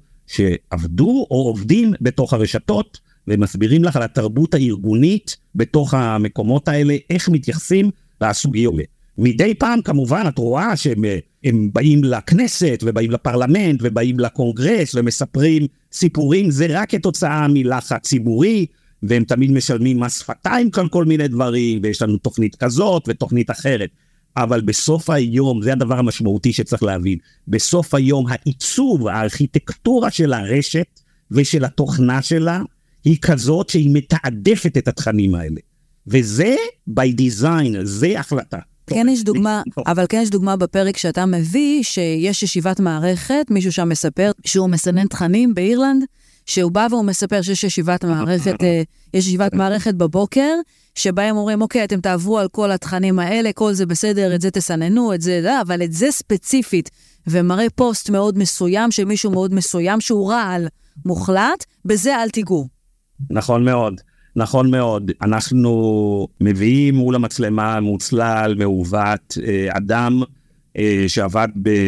שעבדו או עובדים בתוך הרשתות, ומסבירים לך על התרבות הארגונית בתוך המקומות האלה, איך מתייחסים לסוגיות. מדי פעם כמובן את רואה שהם הם באים לכנסת ובאים לפרלמנט ובאים לקונגרס ומספרים סיפורים, זה רק כתוצאה מלחץ ציבורי, והם תמיד משלמים מס שפתיים כל כל מיני דברים, ויש לנו תוכנית כזאת ותוכנית אחרת. אבל בסוף היום, זה הדבר המשמעותי שצריך להבין, בסוף היום העיצוב, הארכיטקטורה של הרשת ושל התוכנה שלה, היא כזאת שהיא מתעדפת את התכנים האלה. וזה by design, זה החלטה.
כן יש דוגמה, אבל כן יש דוגמה בפרק שאתה מביא, שיש ישיבת מערכת, מישהו שם מספר שהוא מסנן תכנים באירלנד, שהוא בא והוא מספר שיש ישיבת מערכת, יש ישיבת מערכת בבוקר, שבה הם אומרים, אוקיי, אתם תעברו על כל התכנים האלה, כל זה בסדר, את זה תסננו, את זה, לא, אבל את זה ספציפית, ומראה פוסט מאוד מסוים, של מישהו מאוד מסוים, שהוא רעל מוחלט, בזה אל תיגעו.
נכון מאוד, נכון מאוד. אנחנו מביאים מול המצלמה מוצלל, מעוות, אדם שעבד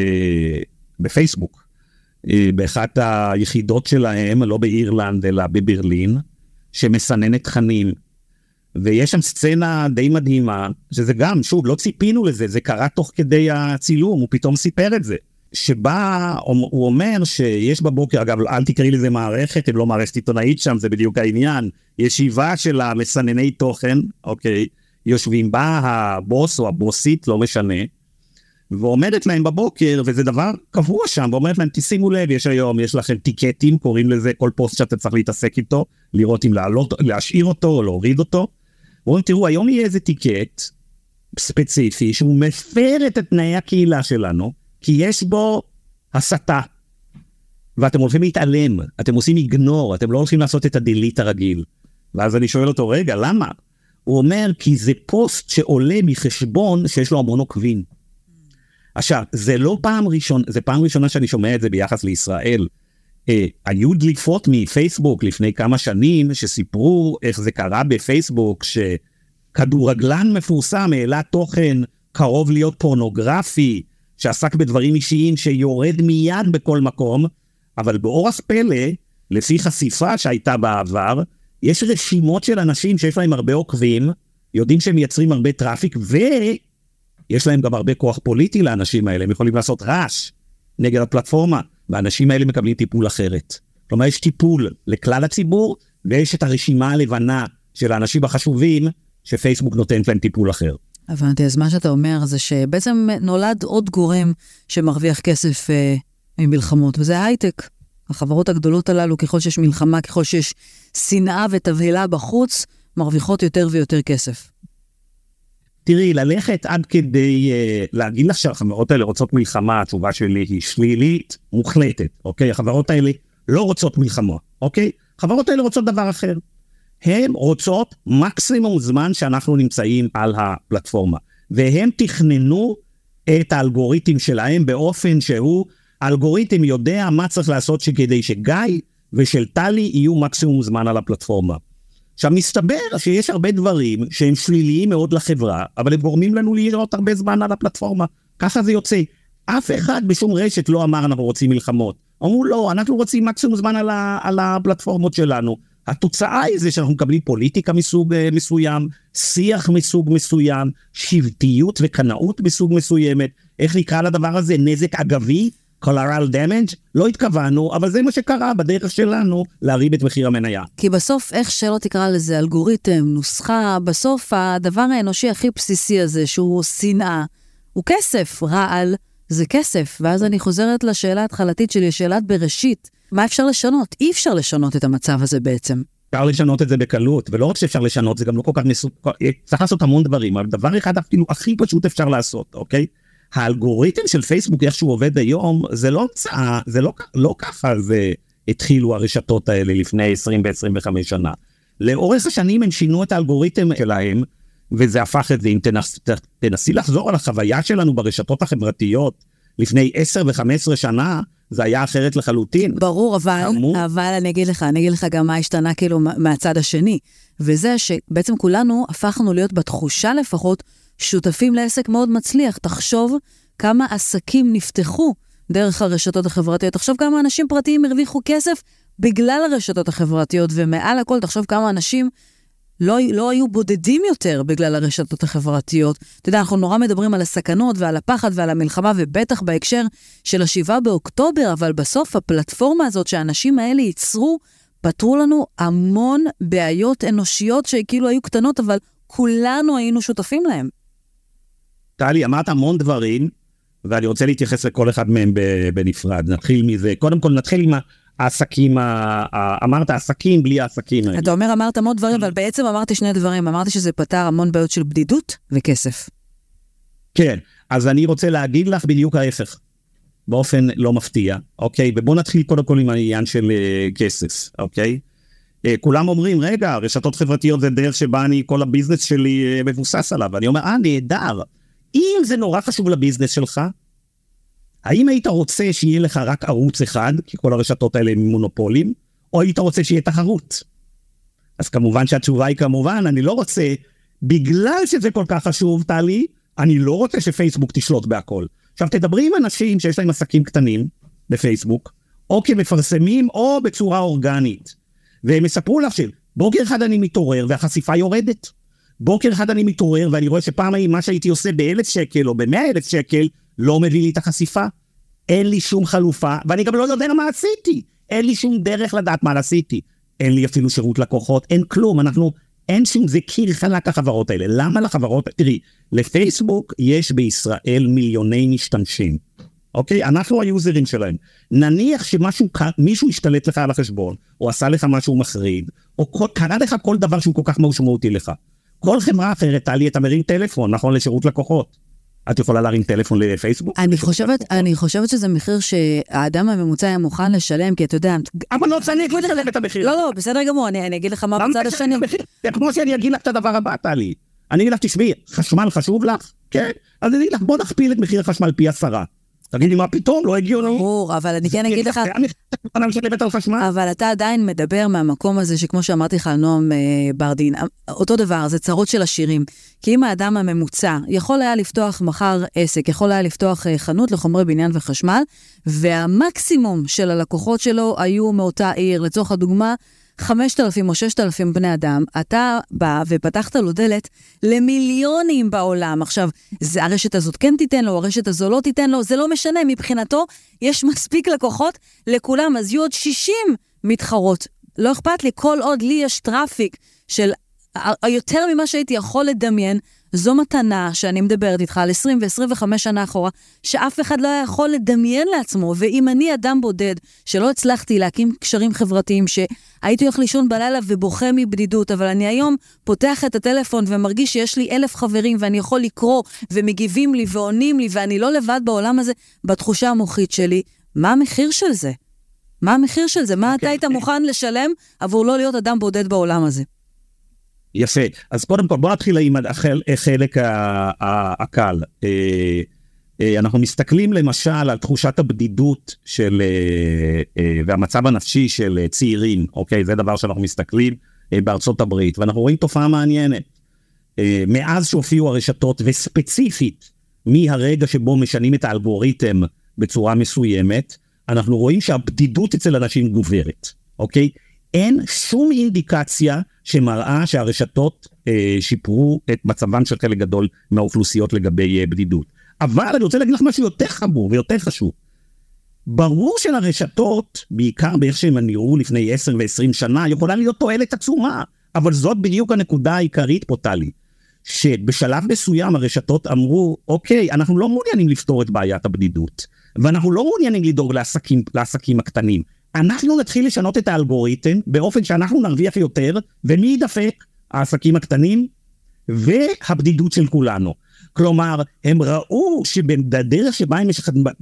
בפייסבוק, באחת היחידות שלהם, לא באירלנד, אלא בברלין, שמסננת תכנים. ויש שם סצנה די מדהימה, שזה גם, שוב, לא ציפינו לזה, זה קרה תוך כדי הצילום, הוא פתאום סיפר את זה. שבה הוא אומר שיש בבוקר, אגב, אל תקראי לזה מערכת, הם לא מערכת עיתונאית שם, זה בדיוק העניין, ישיבה של המסנני תוכן, אוקיי, יושבים בה הבוס או הבוסית, לא משנה, ועומדת להם בבוקר, וזה דבר קבוע שם, ואומרת להם, תשימו לב, יש היום, יש לכם טיקטים, קוראים לזה כל פוסט שאתה צריך להתעסק איתו, לראות אם לעלות, להשאיר אותו או להוריד אותו, ואומרים, תראו, היום יהיה איזה טיקט ספציפי, שהוא מפר את תנאי הקהילה שלנו, כי יש בו הסתה, ואתם הולכים להתעלם, אתם עושים איגנור, אתם לא הולכים לעשות את הדילית הרגיל. ואז אני שואל אותו, רגע, למה? הוא אומר, כי זה פוסט שעולה מחשבון שיש לו המון עוקבים. עכשיו, זה לא פעם ראשונה, זה פעם ראשונה שאני שומע את זה ביחס לישראל. אה, היו דליפות מפייסבוק לפני כמה שנים, שסיפרו איך זה קרה בפייסבוק, שכדורגלן מפורסם העלה תוכן קרוב להיות פורנוגרפי, שעסק בדברים אישיים שיורד מיד בכל מקום, אבל באורח פלא, לפי חשיפה שהייתה בעבר, יש רשימות של אנשים שיש להם הרבה עוקבים, יודעים שהם מייצרים הרבה טראפיק, ויש להם גם הרבה כוח פוליטי לאנשים האלה, הם יכולים לעשות רעש. נגד הפלטפורמה, והאנשים האלה מקבלים טיפול אחרת. כלומר, יש טיפול לכלל הציבור, ויש את הרשימה הלבנה של האנשים החשובים, שפייסבוק נותן להם טיפול אחר.
הבנתי, אז מה שאתה אומר זה שבעצם נולד עוד גורם שמרוויח כסף אה, ממלחמות, וזה הייטק. החברות הגדולות הללו, ככל שיש מלחמה, ככל שיש שנאה ותבהלה בחוץ, מרוויחות יותר ויותר כסף.
תראי, ללכת עד כדי uh, להגיד לך שהחברות האלה רוצות מלחמה, התשובה שלי היא שלילית, מוחלטת, אוקיי? החברות האלה לא רוצות מלחמה, אוקיי? החברות האלה רוצות דבר אחר. הן רוצות מקסימום זמן שאנחנו נמצאים על הפלטפורמה, והם תכננו את האלגוריתם שלהם באופן שהוא, האלגוריתם יודע מה צריך לעשות כדי שגיא ושל טלי יהיו מקסימום זמן על הפלטפורמה. עכשיו מסתבר שיש הרבה דברים שהם שליליים מאוד לחברה, אבל הם גורמים לנו לראות הרבה זמן על הפלטפורמה. ככה זה יוצא. אף אחד בשום רשת לא אמר אנחנו רוצים מלחמות. אמרו לא, אנחנו רוצים מקסימום זמן על, ה- על הפלטפורמות שלנו. התוצאה היא זה שאנחנו מקבלים פוליטיקה מסוג מסוים, שיח מסוג מסוים, שבטיות וקנאות מסוג מסוימת. איך נקרא לדבר הזה? נזק אגבי? collateral damage? לא התכוונו, אבל זה מה שקרה בדרך שלנו להריב את מחיר המניה.
כי בסוף, איך שלא תקרא לזה אלגוריתם, נוסחה, בסוף הדבר האנושי הכי בסיסי הזה, שהוא שנאה, הוא כסף, רעל, זה כסף. ואז אני חוזרת לשאלה התחלתית שלי, שאלת בראשית, מה אפשר לשנות? אי אפשר לשנות את המצב הזה בעצם.
אפשר לשנות את זה בקלות, ולא רק שאפשר לשנות, זה גם לא כל כך נסו... צריך לעשות המון דברים, אבל דבר אחד אפילו הכי פשוט אפשר לעשות, אוקיי? האלגוריתם של פייסבוק, איך שהוא עובד היום, זה לא צעה, זה לא, לא ככה זה התחילו הרשתות האלה לפני עשרים ועשרים וחמש שנה. לאורך השנים הם שינו את האלגוריתם שלהם, וזה הפך את זה, אם תנס, תנסי לחזור על החוויה שלנו ברשתות החברתיות, לפני עשר וחמש עשרה שנה, זה היה אחרת לחלוטין.
ברור, אבל, אבל אני אגיד לך, אני אגיד לך גם מה השתנה כאילו מהצד השני, וזה שבעצם כולנו הפכנו להיות בתחושה לפחות, שותפים לעסק מאוד מצליח. תחשוב כמה עסקים נפתחו דרך הרשתות החברתיות. תחשוב כמה אנשים פרטיים הרוויחו כסף בגלל הרשתות החברתיות, ומעל הכל תחשוב כמה אנשים לא, לא היו בודדים יותר בגלל הרשתות החברתיות. אתה יודע, אנחנו נורא מדברים על הסכנות ועל הפחד ועל המלחמה, ובטח בהקשר של השבעה באוקטובר, אבל בסוף הפלטפורמה הזאת שהאנשים האלה ייצרו, פתרו לנו המון בעיות אנושיות שכאילו היו קטנות, אבל כולנו היינו שותפים להם.
טלי, אמרת המון דברים, ואני רוצה להתייחס לכל אחד מהם בנפרד. נתחיל מזה. קודם כל, נתחיל עם העסקים, אמרת העסקים בלי העסקים.
אתה אומר, אמרת המון דברים, אבל בעצם אמרתי שני דברים. אמרתי שזה פתר המון בעיות של בדידות וכסף. כן,
אז אני רוצה להגיד לך בדיוק ההפך, באופן לא מפתיע, אוקיי? ובוא נתחיל קודם כל עם העניין של כסף, אוקיי? כולם אומרים, רגע, רשתות חברתיות זה דרך שבה אני, כל הביזנס שלי מבוסס עליו. ואני אומר, אה, נהדר. אם זה נורא חשוב לביזנס שלך, האם היית רוצה שיהיה לך רק ערוץ אחד, כי כל הרשתות האלה הם מונופולים, או היית רוצה שיהיה תחרות? אז כמובן שהתשובה היא כמובן, אני לא רוצה, בגלל שזה כל כך חשוב, טלי, אני לא רוצה שפייסבוק תשלוט בהכל. עכשיו, תדברי עם אנשים שיש להם עסקים קטנים בפייסבוק, או כמפרסמים, או בצורה אורגנית. והם יספרו לך שבוקר אחד אני מתעורר והחשיפה יורדת. בוקר אחד אני מתעורר ואני רואה שפעם מה שהייתי עושה באלף שקל או במאה אלף שקל לא מביא לי את החשיפה. אין לי שום חלופה, ואני גם לא יודע מה עשיתי. אין לי שום דרך לדעת מה עשיתי. אין לי אפילו שירות לקוחות, אין כלום. אנחנו, אין שום, זה קיר חלק החברות האלה. למה לחברות? תראי, לפייסבוק יש בישראל מיליוני משתמשים. אוקיי? אנחנו היוזרים שלהם. נניח שמשהו, מישהו השתלט לך על החשבון, או עשה לך משהו מחריד, או כל, קרה לך כל דבר שהוא כל כך משמעותי לך. כל חברה אחרת, תעלי, אתה מרים טלפון, נכון, לשירות לקוחות. את יכולה להרים טלפון לפייסבוק?
אני חושבת, אני חושבת שזה מחיר שהאדם הממוצע היה מוכן לשלם, כי אתה יודע...
אבל לא צריך לשלם את המחיר.
לא, לא, בסדר גמור, אני, אני אגיד לך מה בצד השני.
כמו שאני אגיד לך את הדבר הבא, תעלי. אני אגיד לך, תשמעי, חשמל חשוב לך? כן. אז אני אגיד לך, בוא נכפיל את מחיר החשמל פי עשרה. תגידי מה פתאום, לא הגיעו לנו.
ברור, אבל אני כן אגיד לך... אבל אתה עדיין מדבר מהמקום הזה, שכמו שאמרתי לך על נועם ברדין, אותו דבר, זה צרות של השירים. כי אם האדם הממוצע יכול היה לפתוח מחר עסק, יכול היה לפתוח חנות לחומרי בניין וחשמל, והמקסימום של הלקוחות שלו היו מאותה עיר, לצורך הדוגמה, חמשת אלפים או ששת אלפים בני אדם, אתה בא ופתחת לו דלת למיליונים בעולם. עכשיו, זה, הרשת הזאת כן תיתן לו, הרשת הזו לא תיתן לו, זה לא משנה, מבחינתו יש מספיק לקוחות לכולם, אז יהיו עוד שישים מתחרות. לא אכפת לי, כל עוד לי יש טראפיק של יותר ממה שהייתי יכול לדמיין, זו מתנה שאני מדברת איתך על עשרים ו-עשרים וחמש שנה אחורה, שאף אחד לא יכול לדמיין לעצמו, ואם אני אדם בודד שלא הצלחתי להקים קשרים חברתיים, שהייתי הולך לישון בלילה ובוכה מבדידות, אבל אני היום פותח את הטלפון ומרגיש שיש לי אלף חברים, ואני יכול לקרוא ומגיבים לי ועונים לי, ואני לא לבד בעולם הזה, בתחושה המוחית שלי, מה המחיר של זה? מה המחיר של זה? מה אתה היית מוכן לשלם עבור לא להיות אדם בודד בעולם הזה?
יפה. אז קודם כל, בוא נתחיל עם החלק הקל. אנחנו מסתכלים למשל על תחושת הבדידות של, והמצב הנפשי של צעירים, אוקיי? זה דבר שאנחנו מסתכלים בארצות הברית, ואנחנו רואים תופעה מעניינת. מאז שהופיעו הרשתות, וספציפית מהרגע שבו משנים את האלגוריתם בצורה מסוימת, אנחנו רואים שהבדידות אצל אנשים גוברת, אוקיי? אין שום אינדיקציה שמראה שהרשתות אה, שיפרו את מצבן של חלק גדול מהאוכלוסיות לגבי אה, בדידות. אבל אני רוצה להגיד לך משהו יותר חמור ויותר חשוב. ברור שלרשתות, בעיקר באיך שהם נראו לפני עשר ועשרים שנה, יכולה להיות תועלת עצומה, אבל זאת בדיוק הנקודה העיקרית פה, טלי, שבשלב מסוים הרשתות אמרו, אוקיי, אנחנו לא מעוניינים לפתור את בעיית הבדידות, ואנחנו לא מעוניינים לדאוג לעסקים, לעסקים הקטנים. אנחנו נתחיל לשנות את האלגוריתם באופן שאנחנו נרוויח יותר, ומי ידפק? העסקים הקטנים והבדידות של כולנו. כלומר, הם ראו שבדרך שבה הם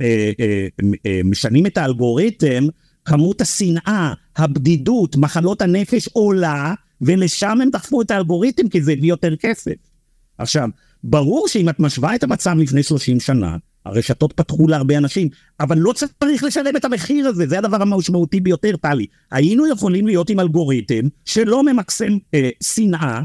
משנים את האלגוריתם, כמות השנאה, הבדידות, מחלות הנפש עולה, ולשם הם דחפו את האלגוריתם, כי זה הביא יותר כסף. עכשיו, ברור שאם את משווה את המצב לפני שלושים שנה, הרשתות פתחו להרבה אנשים, אבל לא צריך לשלם את המחיר הזה, זה הדבר המשמעותי ביותר, טלי. היינו יכולים להיות עם אלגוריתם שלא ממקסם אה, שנאה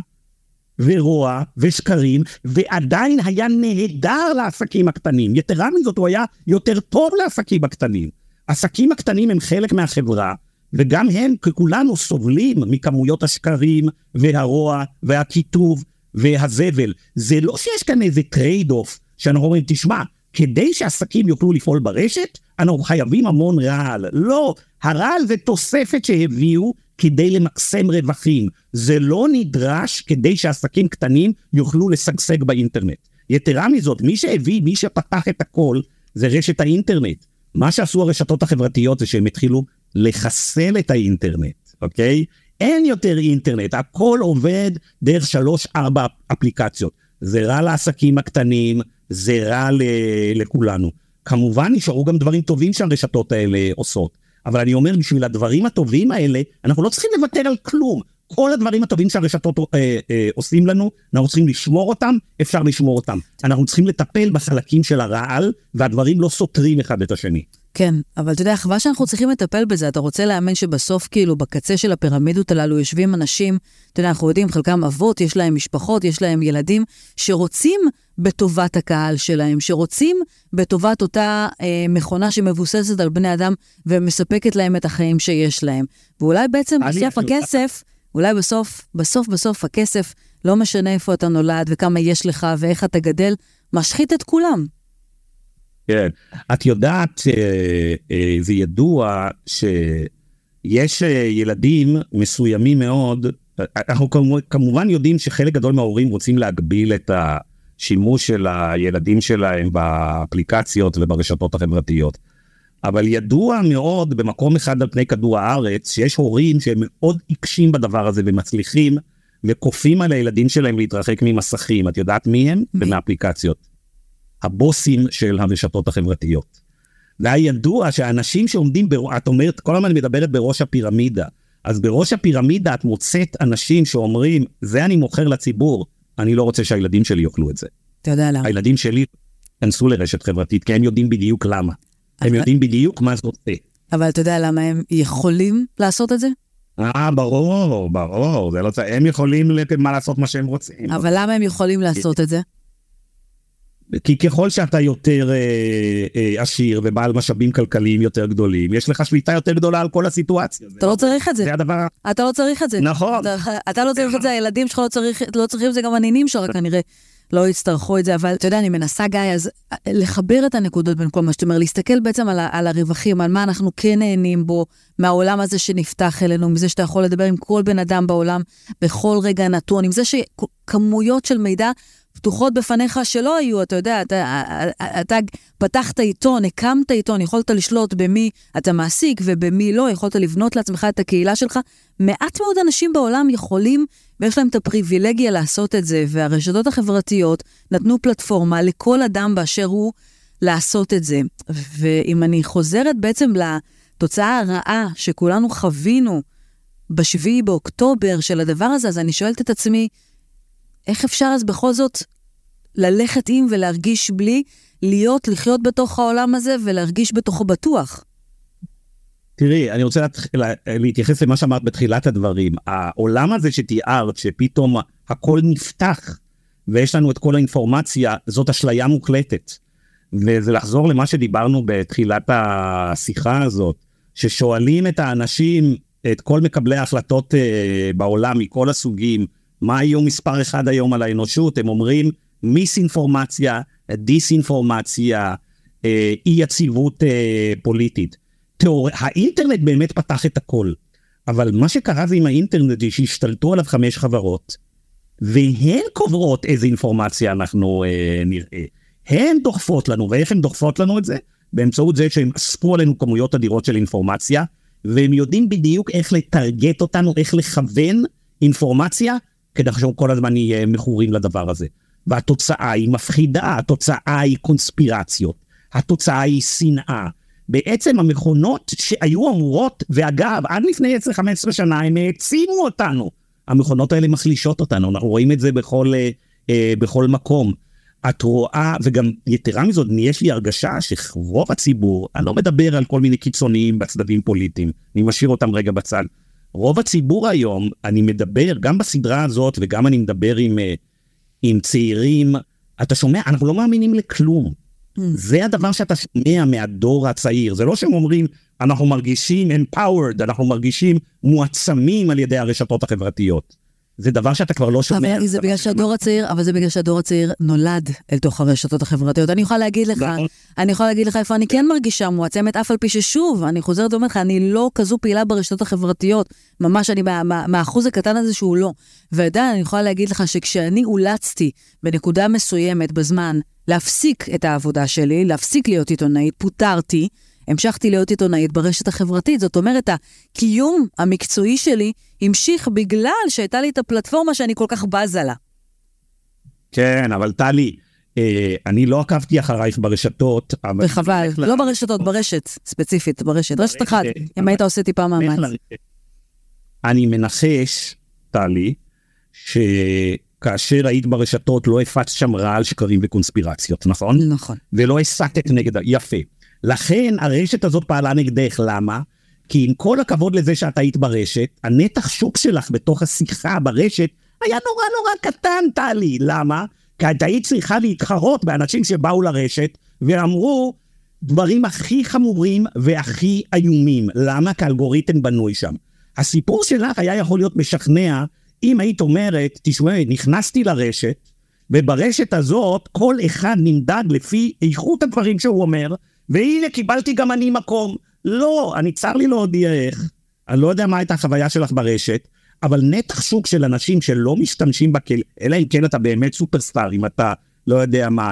ורוע ושקרים, ועדיין היה נהדר לעסקים הקטנים. יתרה מזאת, הוא היה יותר טוב לעסקים הקטנים. עסקים הקטנים הם חלק מהחברה, וגם הם ככולנו סובלים מכמויות השקרים והרוע והכיתוב והזבל. זה לא שיש כאן איזה טרייד אוף שאנחנו אומרים, תשמע, כדי שעסקים יוכלו לפעול ברשת, אנחנו חייבים המון רעל. לא, הרעל זה תוספת שהביאו כדי למקסם רווחים. זה לא נדרש כדי שעסקים קטנים יוכלו לשגשג באינטרנט. יתרה מזאת, מי שהביא, מי שפתח את הכל, זה רשת האינטרנט. מה שעשו הרשתות החברתיות זה שהם התחילו לחסל את האינטרנט, אוקיי? אין יותר אינטרנט, הכל עובד דרך שלוש, ארבע אפליקציות. זה רע לעסקים הקטנים, זה רע לכולנו. כמובן נשארו גם דברים טובים שהרשתות האלה עושות, אבל אני אומר, בשביל הדברים הטובים האלה, אנחנו לא צריכים לוותר על כלום. כל הדברים הטובים שהרשתות אה, אה, עושים לנו, אנחנו צריכים לשמור אותם, אפשר לשמור אותם. אנחנו צריכים לטפל בחלקים של הרעל, והדברים לא סותרים אחד את השני.
כן, אבל אתה יודע, חווה שאנחנו צריכים לטפל בזה, אתה רוצה לאמן שבסוף, כאילו, בקצה של הפירמידות הללו יושבים אנשים, אתה יודע, אנחנו יודעים, חלקם אבות, יש להם משפחות, יש להם ילדים, שרוצים בטובת הקהל שלהם, שרוצים בטובת אותה אה, מכונה שמבוססת על בני אדם, ומספקת להם את החיים שיש להם. ואולי בעצם בסוף הכסף, אולי בסוף, בסוף, בסוף הכסף, לא משנה איפה אתה נולד, וכמה יש לך, ואיך אתה גדל, משחית את כולם.
כן, את יודעת, זה ידוע שיש ילדים מסוימים מאוד, אנחנו כמובן יודעים שחלק גדול מההורים רוצים להגביל את השימוש של הילדים שלהם באפליקציות וברשתות החברתיות, אבל ידוע מאוד במקום אחד על פני כדור הארץ, שיש הורים שהם מאוד עיקשים בדבר הזה ומצליחים וכופים על הילדים שלהם להתרחק ממסכים. את יודעת מי הם? ומהאפליקציות. הבוסים של הרשתות החברתיות. זה היה ידוע שהאנשים שעומדים, בר... את אומרת, כל הזמן מדברת בראש הפירמידה, אז בראש הפירמידה את מוצאת אנשים שאומרים, זה אני מוכר לציבור, אני לא רוצה שהילדים שלי יאכלו את זה.
אתה יודע למה.
הילדים שלי כנסו לרשת חברתית, כי הם יודעים בדיוק למה. אבל... הם יודעים בדיוק מה זה עושה.
אבל אתה יודע למה הם יכולים לעשות את זה?
אה, ברור, ברור. זה לא... הם יכולים מה לעשות מה שהם רוצים.
אבל למה הם יכולים לעשות את זה?
כי ככל שאתה יותר אה, אה, עשיר ובעל משאבים כלכליים יותר גדולים, יש לך שליטה יותר גדולה על כל הסיטואציה.
אתה לא צריך את זה.
זה הדבר...
אתה לא צריך את זה.
נכון.
אתה, אתה לא צריך את זה, הילדים שלך לא, צריך, לא צריכים את זה, גם הנינים שלך כנראה לא יצטרכו את זה, אבל אתה יודע, אני מנסה, גיא, אז לחבר את הנקודות בין כל מה שאתה אומר, להסתכל בעצם על, על הרווחים, על מה אנחנו כן נהנים בו, מהעולם הזה שנפתח אלינו, מזה שאתה יכול לדבר עם כל בן אדם בעולם, בכל רגע נתון, עם זה שכמויות של מידע פתוחות בפניך שלא היו, אתה יודע, אתה, אתה פתחת עיתון, הקמת עיתון, יכולת לשלוט במי אתה מעסיק ובמי לא, יכולת לבנות לעצמך את הקהילה שלך. מעט מאוד אנשים בעולם יכולים, ויש להם את הפריבילגיה לעשות את זה, והרשתות החברתיות נתנו פלטפורמה לכל אדם באשר הוא לעשות את זה. ואם אני חוזרת בעצם לתוצאה הרעה שכולנו חווינו בשביעי באוקטובר של הדבר הזה, אז אני שואלת את עצמי, איך אפשר אז בכל זאת ללכת עם ולהרגיש בלי, להיות, לחיות בתוך העולם הזה ולהרגיש בתוכו בטוח?
תראי, אני רוצה לה, להתייחס למה שאמרת בתחילת הדברים. העולם הזה שתיארת, שפתאום הכל נפתח, ויש לנו את כל האינפורמציה, זאת אשליה מוחלטת. וזה לחזור למה שדיברנו בתחילת השיחה הזאת, ששואלים את האנשים, את כל מקבלי ההחלטות אה, בעולם, מכל הסוגים, מה היו מספר אחד היום על האנושות? הם אומרים מיסאינפורמציה, דיסאינפורמציה, אה, אי יציבות אה, פוליטית. תיאור... האינטרנט באמת פתח את הכל, אבל מה שקרה זה עם האינטרנט זה שהשתלטו עליו חמש חברות, והן קוברות איזה אינפורמציה אנחנו אה, נראה. הן דוחפות לנו, ואיך הן דוחפות לנו את זה? באמצעות זה שהם אספו עלינו כמויות אדירות של אינפורמציה, והם יודעים בדיוק איך לטרגט אותנו, איך לכוון אינפורמציה, כדי שכל כל הזמן יהיה מכורים לדבר הזה. והתוצאה היא מפחידה, התוצאה היא קונספירציות, התוצאה היא שנאה. בעצם המכונות שהיו אמורות, ואגב, עד לפני עשר חמש עשרה שנה, הם העצימו אותנו. המכונות האלה מחלישות אותנו, אנחנו רואים את זה בכל, אה, בכל מקום. את רואה, וגם יתרה מזאת, יש לי הרגשה שרוב הציבור, אני לא מדבר על כל מיני קיצוניים בצדדים פוליטיים, אני משאיר אותם רגע בצד. רוב הציבור היום, אני מדבר, גם בסדרה הזאת, וגם אני מדבר עם, עם צעירים, אתה שומע, אנחנו לא מאמינים לכלום. Mm. זה הדבר שאתה שומע מהדור הצעיר. זה לא שהם אומרים, אנחנו מרגישים empowered, אנחנו מרגישים מועצמים על ידי הרשתות החברתיות. זה דבר שאתה כבר לא שומע.
אבל זה בגלל שהדור הצעיר, אבל זה בגלל שהדור הצעיר נולד אל תוך הרשתות החברתיות. אני יכולה להגיד לך, אני יכולה להגיד לך איפה אני כן מרגישה מועצמת, אף על פי ששוב, אני חוזרת ואומרת לך, אני לא כזו פעילה ברשתות החברתיות, ממש אני מהאחוז הקטן הזה שהוא לא. ועדיין אני יכולה להגיד לך שכשאני אולצתי בנקודה מסוימת בזמן להפסיק את העבודה שלי, להפסיק להיות עיתונאית, פוטרתי, המשכתי להיות עיתונאית ברשת החברתית. זאת אומרת, הקיום המקצועי שלי המשיך בגלל שהייתה לי את הפלטפורמה שאני כל כך בזה לה.
כן, אבל טלי, אה, אני לא עקבתי אחרייך ברשתות.
וחבל, לא ברשתות, ברשת, ספציפית, ברשת. רשת אחת, אם היית עושה טיפה מאמץ.
אני מנחש, טלי, שכאשר היית ברשתות לא הפצת שם רעל שקרים וקונספירציות, נכון?
נכון.
ולא הסתת נגד, יפה. לכן הרשת הזאת פעלה נגדך, למה? כי עם כל הכבוד לזה שאת היית ברשת, הנתח שוק שלך בתוך השיחה ברשת היה נורא נורא קטן, טלי. למה? כי את היית צריכה להתחרות באנשים שבאו לרשת ואמרו דברים הכי חמורים והכי איומים. למה? כי האלגוריתם בנוי שם. הסיפור שלך היה יכול להיות משכנע אם היית אומרת, תשמעי, נכנסתי לרשת, וברשת הזאת כל אחד נמדד לפי איכות הדברים שהוא אומר, והנה קיבלתי גם אני מקום. לא, אני צר לי להודיע איך. אני לא יודע מה הייתה החוויה שלך ברשת, אבל נתח שוק של אנשים שלא משתמשים בכלי, אלא אם כן אתה באמת סופרסטאר, אם אתה לא יודע מה,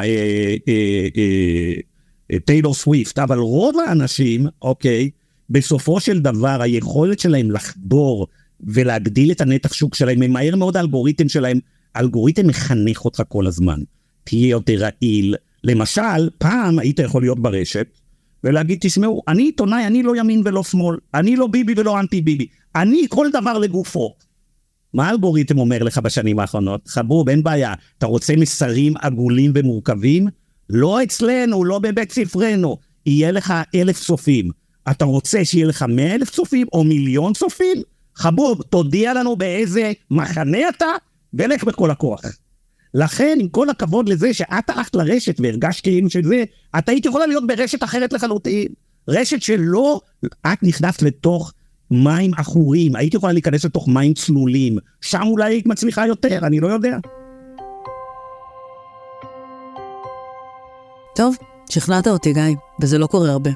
טיילור סוויפט, אבל רוב האנשים, אוקיי, בסופו של דבר, היכולת שלהם לחדור ולהגדיל את הנתח שוק שלהם, הם מהר מאוד האלגוריתם שלהם, האלגוריתם מחנך אותך כל הזמן. תהיה יותר רעיל. למשל, פעם היית יכול להיות ברשת, ולהגיד, תשמעו, אני עיתונאי, אני לא ימין ולא שמאל, אני לא ביבי ולא אנטי ביבי, אני כל דבר לגופו. מה האלגוריתם אומר לך בשנים האחרונות? חבוב, אין בעיה, אתה רוצה מסרים עגולים ומורכבים? לא אצלנו, לא בבית ספרנו, יהיה לך אלף צופים. אתה רוצה שיהיה לך מאה אלף צופים או מיליון צופים? חבוב, תודיע לנו באיזה מחנה אתה, ולך בכל הכוח. לכן, עם כל הכבוד לזה שאת הלכת לרשת והרגשת כאילו שזה, את היית יכולה להיות ברשת אחרת לחלוטין. רשת שלא, את נכנסת לתוך מים אחורים, היית יכולה להיכנס לתוך מים צלולים, שם אולי היית מצליחה יותר, אני לא יודע.
טוב, שכנעת אותי, גיא, וזה לא קורה הרבה.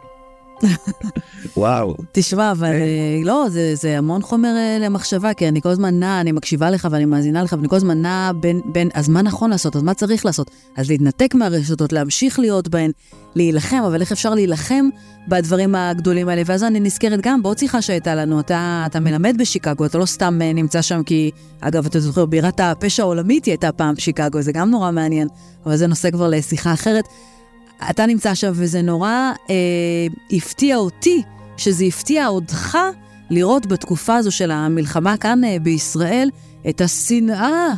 וואו.
תשמע, אבל לא, זה, זה המון חומר למחשבה, כי אני כל הזמן נע, אני מקשיבה לך ואני מאזינה לך, ואני כל הזמן נע בין, בין, אז מה נכון לעשות, אז מה צריך לעשות? אז להתנתק מהרשתות, להמשיך להיות בהן, להילחם, אבל איך אפשר להילחם בדברים הגדולים האלה? ואז אני נזכרת גם בעוד שיחה שהייתה לנו, אתה, אתה מלמד בשיקגו, אתה לא סתם נמצא שם, כי, אגב, אתה זוכר, בירת הפשע העולמית היא הייתה פעם בשיקגו, זה גם נורא מעניין, אבל זה נושא כבר לשיחה אחרת. אתה נמצא שם וזה נורא אה, הפתיע אותי, שזה הפתיע אותך לראות בתקופה הזו של המלחמה כאן אה, בישראל, את השנאה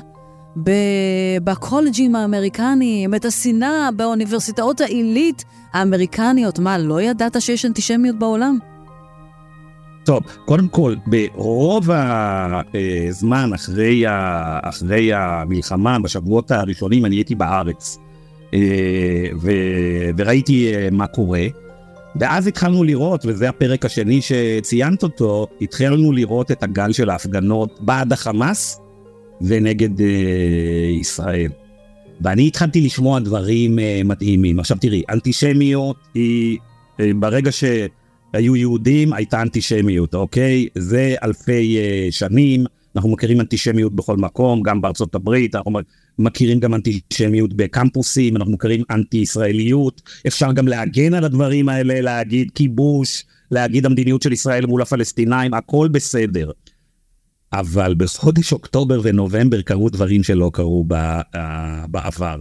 בקולג'ים האמריקניים, את השנאה באוניברסיטאות העילית האמריקניות. מה, לא ידעת שיש אנטישמיות בעולם?
טוב, קודם כל, ברוב הזמן אחרי, אחרי המלחמה, בשבועות הראשונים, אני הייתי בארץ. ו... וראיתי מה קורה, ואז התחלנו לראות, וזה הפרק השני שציינת אותו, התחלנו לראות את הגל של ההפגנות בעד החמאס ונגד ישראל. ואני התחלתי לשמוע דברים מדהימים. עכשיו תראי, אנטישמיות היא, ברגע שהיו יהודים, הייתה אנטישמיות, אוקיי? זה אלפי שנים, אנחנו מכירים אנטישמיות בכל מקום, גם בארצות הברית, אנחנו מכירים גם אנטישמיות בקמפוסים, אנחנו מכירים אנטי-ישראליות, אפשר גם להגן על הדברים האלה, להגיד כיבוש, להגיד המדיניות של ישראל מול הפלסטינאים, הכל בסדר. אבל בחודש אוקטובר ונובמבר קרו דברים שלא קרו בעבר.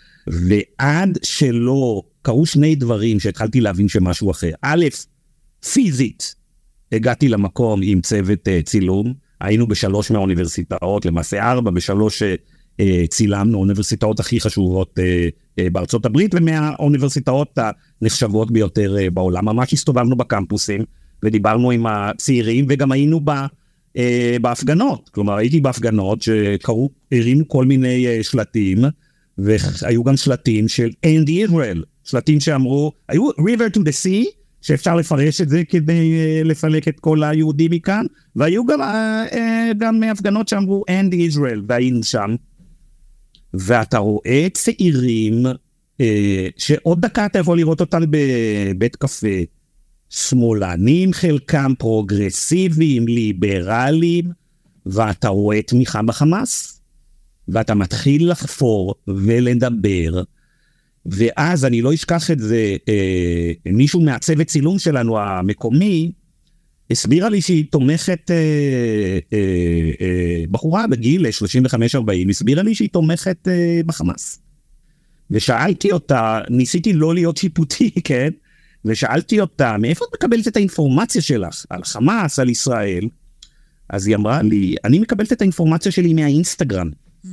ועד שלא קרו שני דברים שהתחלתי להבין שמשהו אחר. א', פיזית, הגעתי למקום עם צוות צילום, היינו בשלוש מהאוניברסיטאות, למעשה ארבע, בשלוש צילמנו, האוניברסיטאות הכי חשובות בארצות הברית, ומהאוניברסיטאות הנחשבות ביותר בעולם. ממש הסתובבנו בקמפוסים, ודיברנו עם הצעירים, וגם היינו בהפגנות. כלומר, הייתי בהפגנות שקראו, הרימו כל מיני שלטים, והיו גם שלטים של End Israel, שלטים שאמרו, היו River to the Sea, שאפשר לפרש את זה כדי לפלק את כל היהודים מכאן, והיו גם, גם הפגנות שאמרו End Israel, והיינו שם, ואתה רואה צעירים, שעוד דקה אתה יכול לראות אותם בבית קפה, שמאלנים, חלקם פרוגרסיביים, ליברליים, ואתה רואה תמיכה בחמאס, ואתה מתחיל לחפור ולדבר, ואז אני לא אשכח את זה, אה, מישהו מהצוות צילום שלנו המקומי, הסבירה לי שהיא תומכת, אה, אה, אה, בחורה בגיל שלושים וחמש ארבעים, הסבירה לי שהיא תומכת אה, בחמאס. ושאלתי אותה, ניסיתי לא להיות שיפוטי, כן? ושאלתי אותה, מאיפה את מקבלת את האינפורמציה שלך? על חמאס, על ישראל? אז היא אמרה לי, אני מקבלת את האינפורמציה שלי מהאינסטגרם.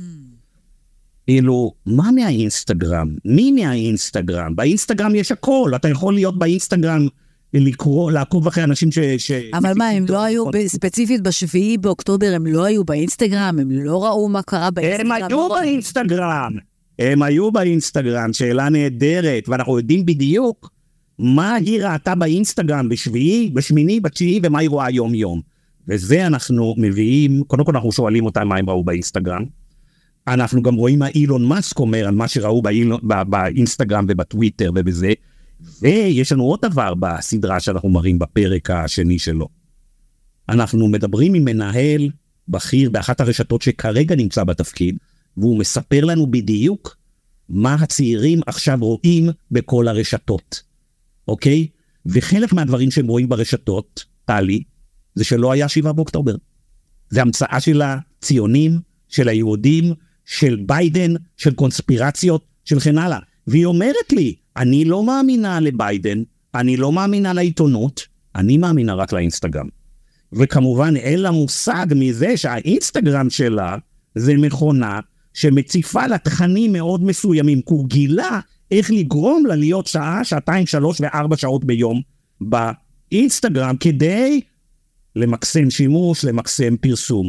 אילו, מה מהאינסטגרם? מי מהאינסטגרם? באינסטגרם יש הכל, אתה יכול להיות באינסטגרם, לקרוא, לעקוב אחרי אנשים ש... ש...
אבל מה, הם לא היו, ספציפית בשביעי באוקטובר, הם לא היו באינסטגרם, הם לא ראו מה קרה באינסטגרם.
הם היו באינסטגרם, הם היו באינסטגרם, שאלה נהדרת, ואנחנו יודעים בדיוק מה היא ראתה באינסטגרם בשביעי, בשמיני, בתשיעי, ומה היא רואה יום יום. וזה אנחנו מביאים, קודם כל אנחנו שואלים אותם מה הם ראו באינסטגרם, אנחנו גם רואים מה אילון מאסק אומר על מה שראו באילון, בא, באינסטגרם ובטוויטר ובזה, ויש לנו עוד דבר בסדרה שאנחנו מראים בפרק השני שלו. אנחנו מדברים עם מנהל בכיר באחת הרשתות שכרגע נמצא בתפקיד, והוא מספר לנו בדיוק מה הצעירים עכשיו רואים בכל הרשתות, אוקיי? וחלק מהדברים שהם רואים ברשתות, טלי, זה שלא היה שבעה באוקטובר. זה המצאה של הציונים, של היהודים, של ביידן, של קונספירציות, של כן הלאה. והיא אומרת לי, אני לא מאמינה לביידן, אני לא מאמינה לעיתונות, אני מאמינה רק לאינסטגרם. וכמובן אין לה מושג מזה שהאינסטגרם שלה זה מכונה שמציפה לה תכנים מאוד מסוימים, כי הוא גילה איך לגרום לה להיות שעה, שעתיים, שלוש וארבע שעות ביום באינסטגרם, כדי למקסם שימוש, למקסם פרסום.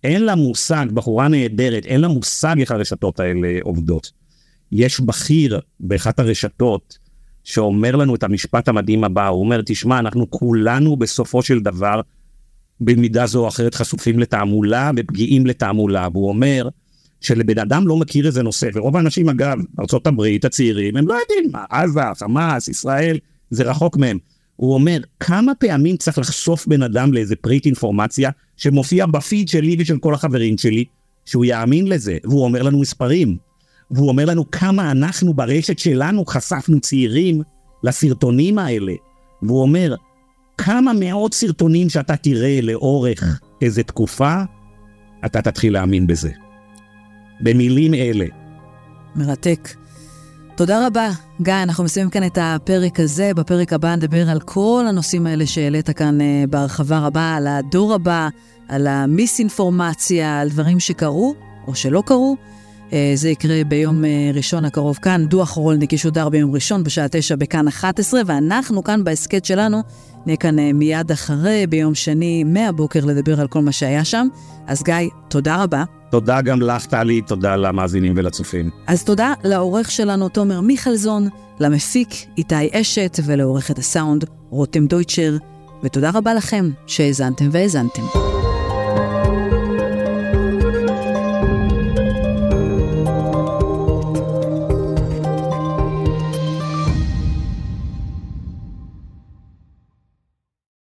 אין לה מושג, בחורה נהדרת, אין לה מושג איך הרשתות האלה עובדות. יש בכיר באחת הרשתות שאומר לנו את המשפט המדהים הבא, הוא אומר, תשמע, אנחנו כולנו בסופו של דבר, במידה זו או אחרת חשופים לתעמולה ופגיעים לתעמולה, והוא אומר שלבן אדם לא מכיר איזה נושא, ורוב האנשים אגב, ארצות הברית, הצעירים, הם לא יודעים מה, עזה, חמאס, ישראל, זה רחוק מהם. הוא אומר, כמה פעמים צריך לחשוף בן אדם לאיזה פריט אינפורמציה, שמופיע בפיד שלי ושל כל החברים שלי, שהוא יאמין לזה, והוא אומר לנו מספרים, והוא אומר לנו כמה אנחנו ברשת שלנו חשפנו צעירים לסרטונים האלה, והוא אומר, כמה מאות סרטונים שאתה תראה לאורך איזה תקופה, אתה תתחיל להאמין בזה. במילים אלה.
מרתק. תודה רבה, גיא, אנחנו מסיימים כאן את הפרק הזה, בפרק הבא נדבר על כל הנושאים האלה שהעלית כאן בהרחבה רבה, על הדור הבא, על המיס-אינפורמציה, על דברים שקרו או שלא קרו. זה יקרה ביום ראשון הקרוב כאן, דוח רולניק ישודר ביום ראשון בשעה תשע בכאן אחת עשרה, ואנחנו כאן בהסקט שלנו נהיה כאן מיד אחרי ביום שני מהבוקר לדבר על כל מה שהיה שם. אז גיא, תודה רבה.
תודה גם לך, טלי, תודה למאזינים ולצופים.
אז תודה לעורך שלנו תומר מיכלזון, למפיק איתי אשת ולעורכת הסאונד רותם דויטשר, ותודה רבה לכם שהאזנתם והאזנתם.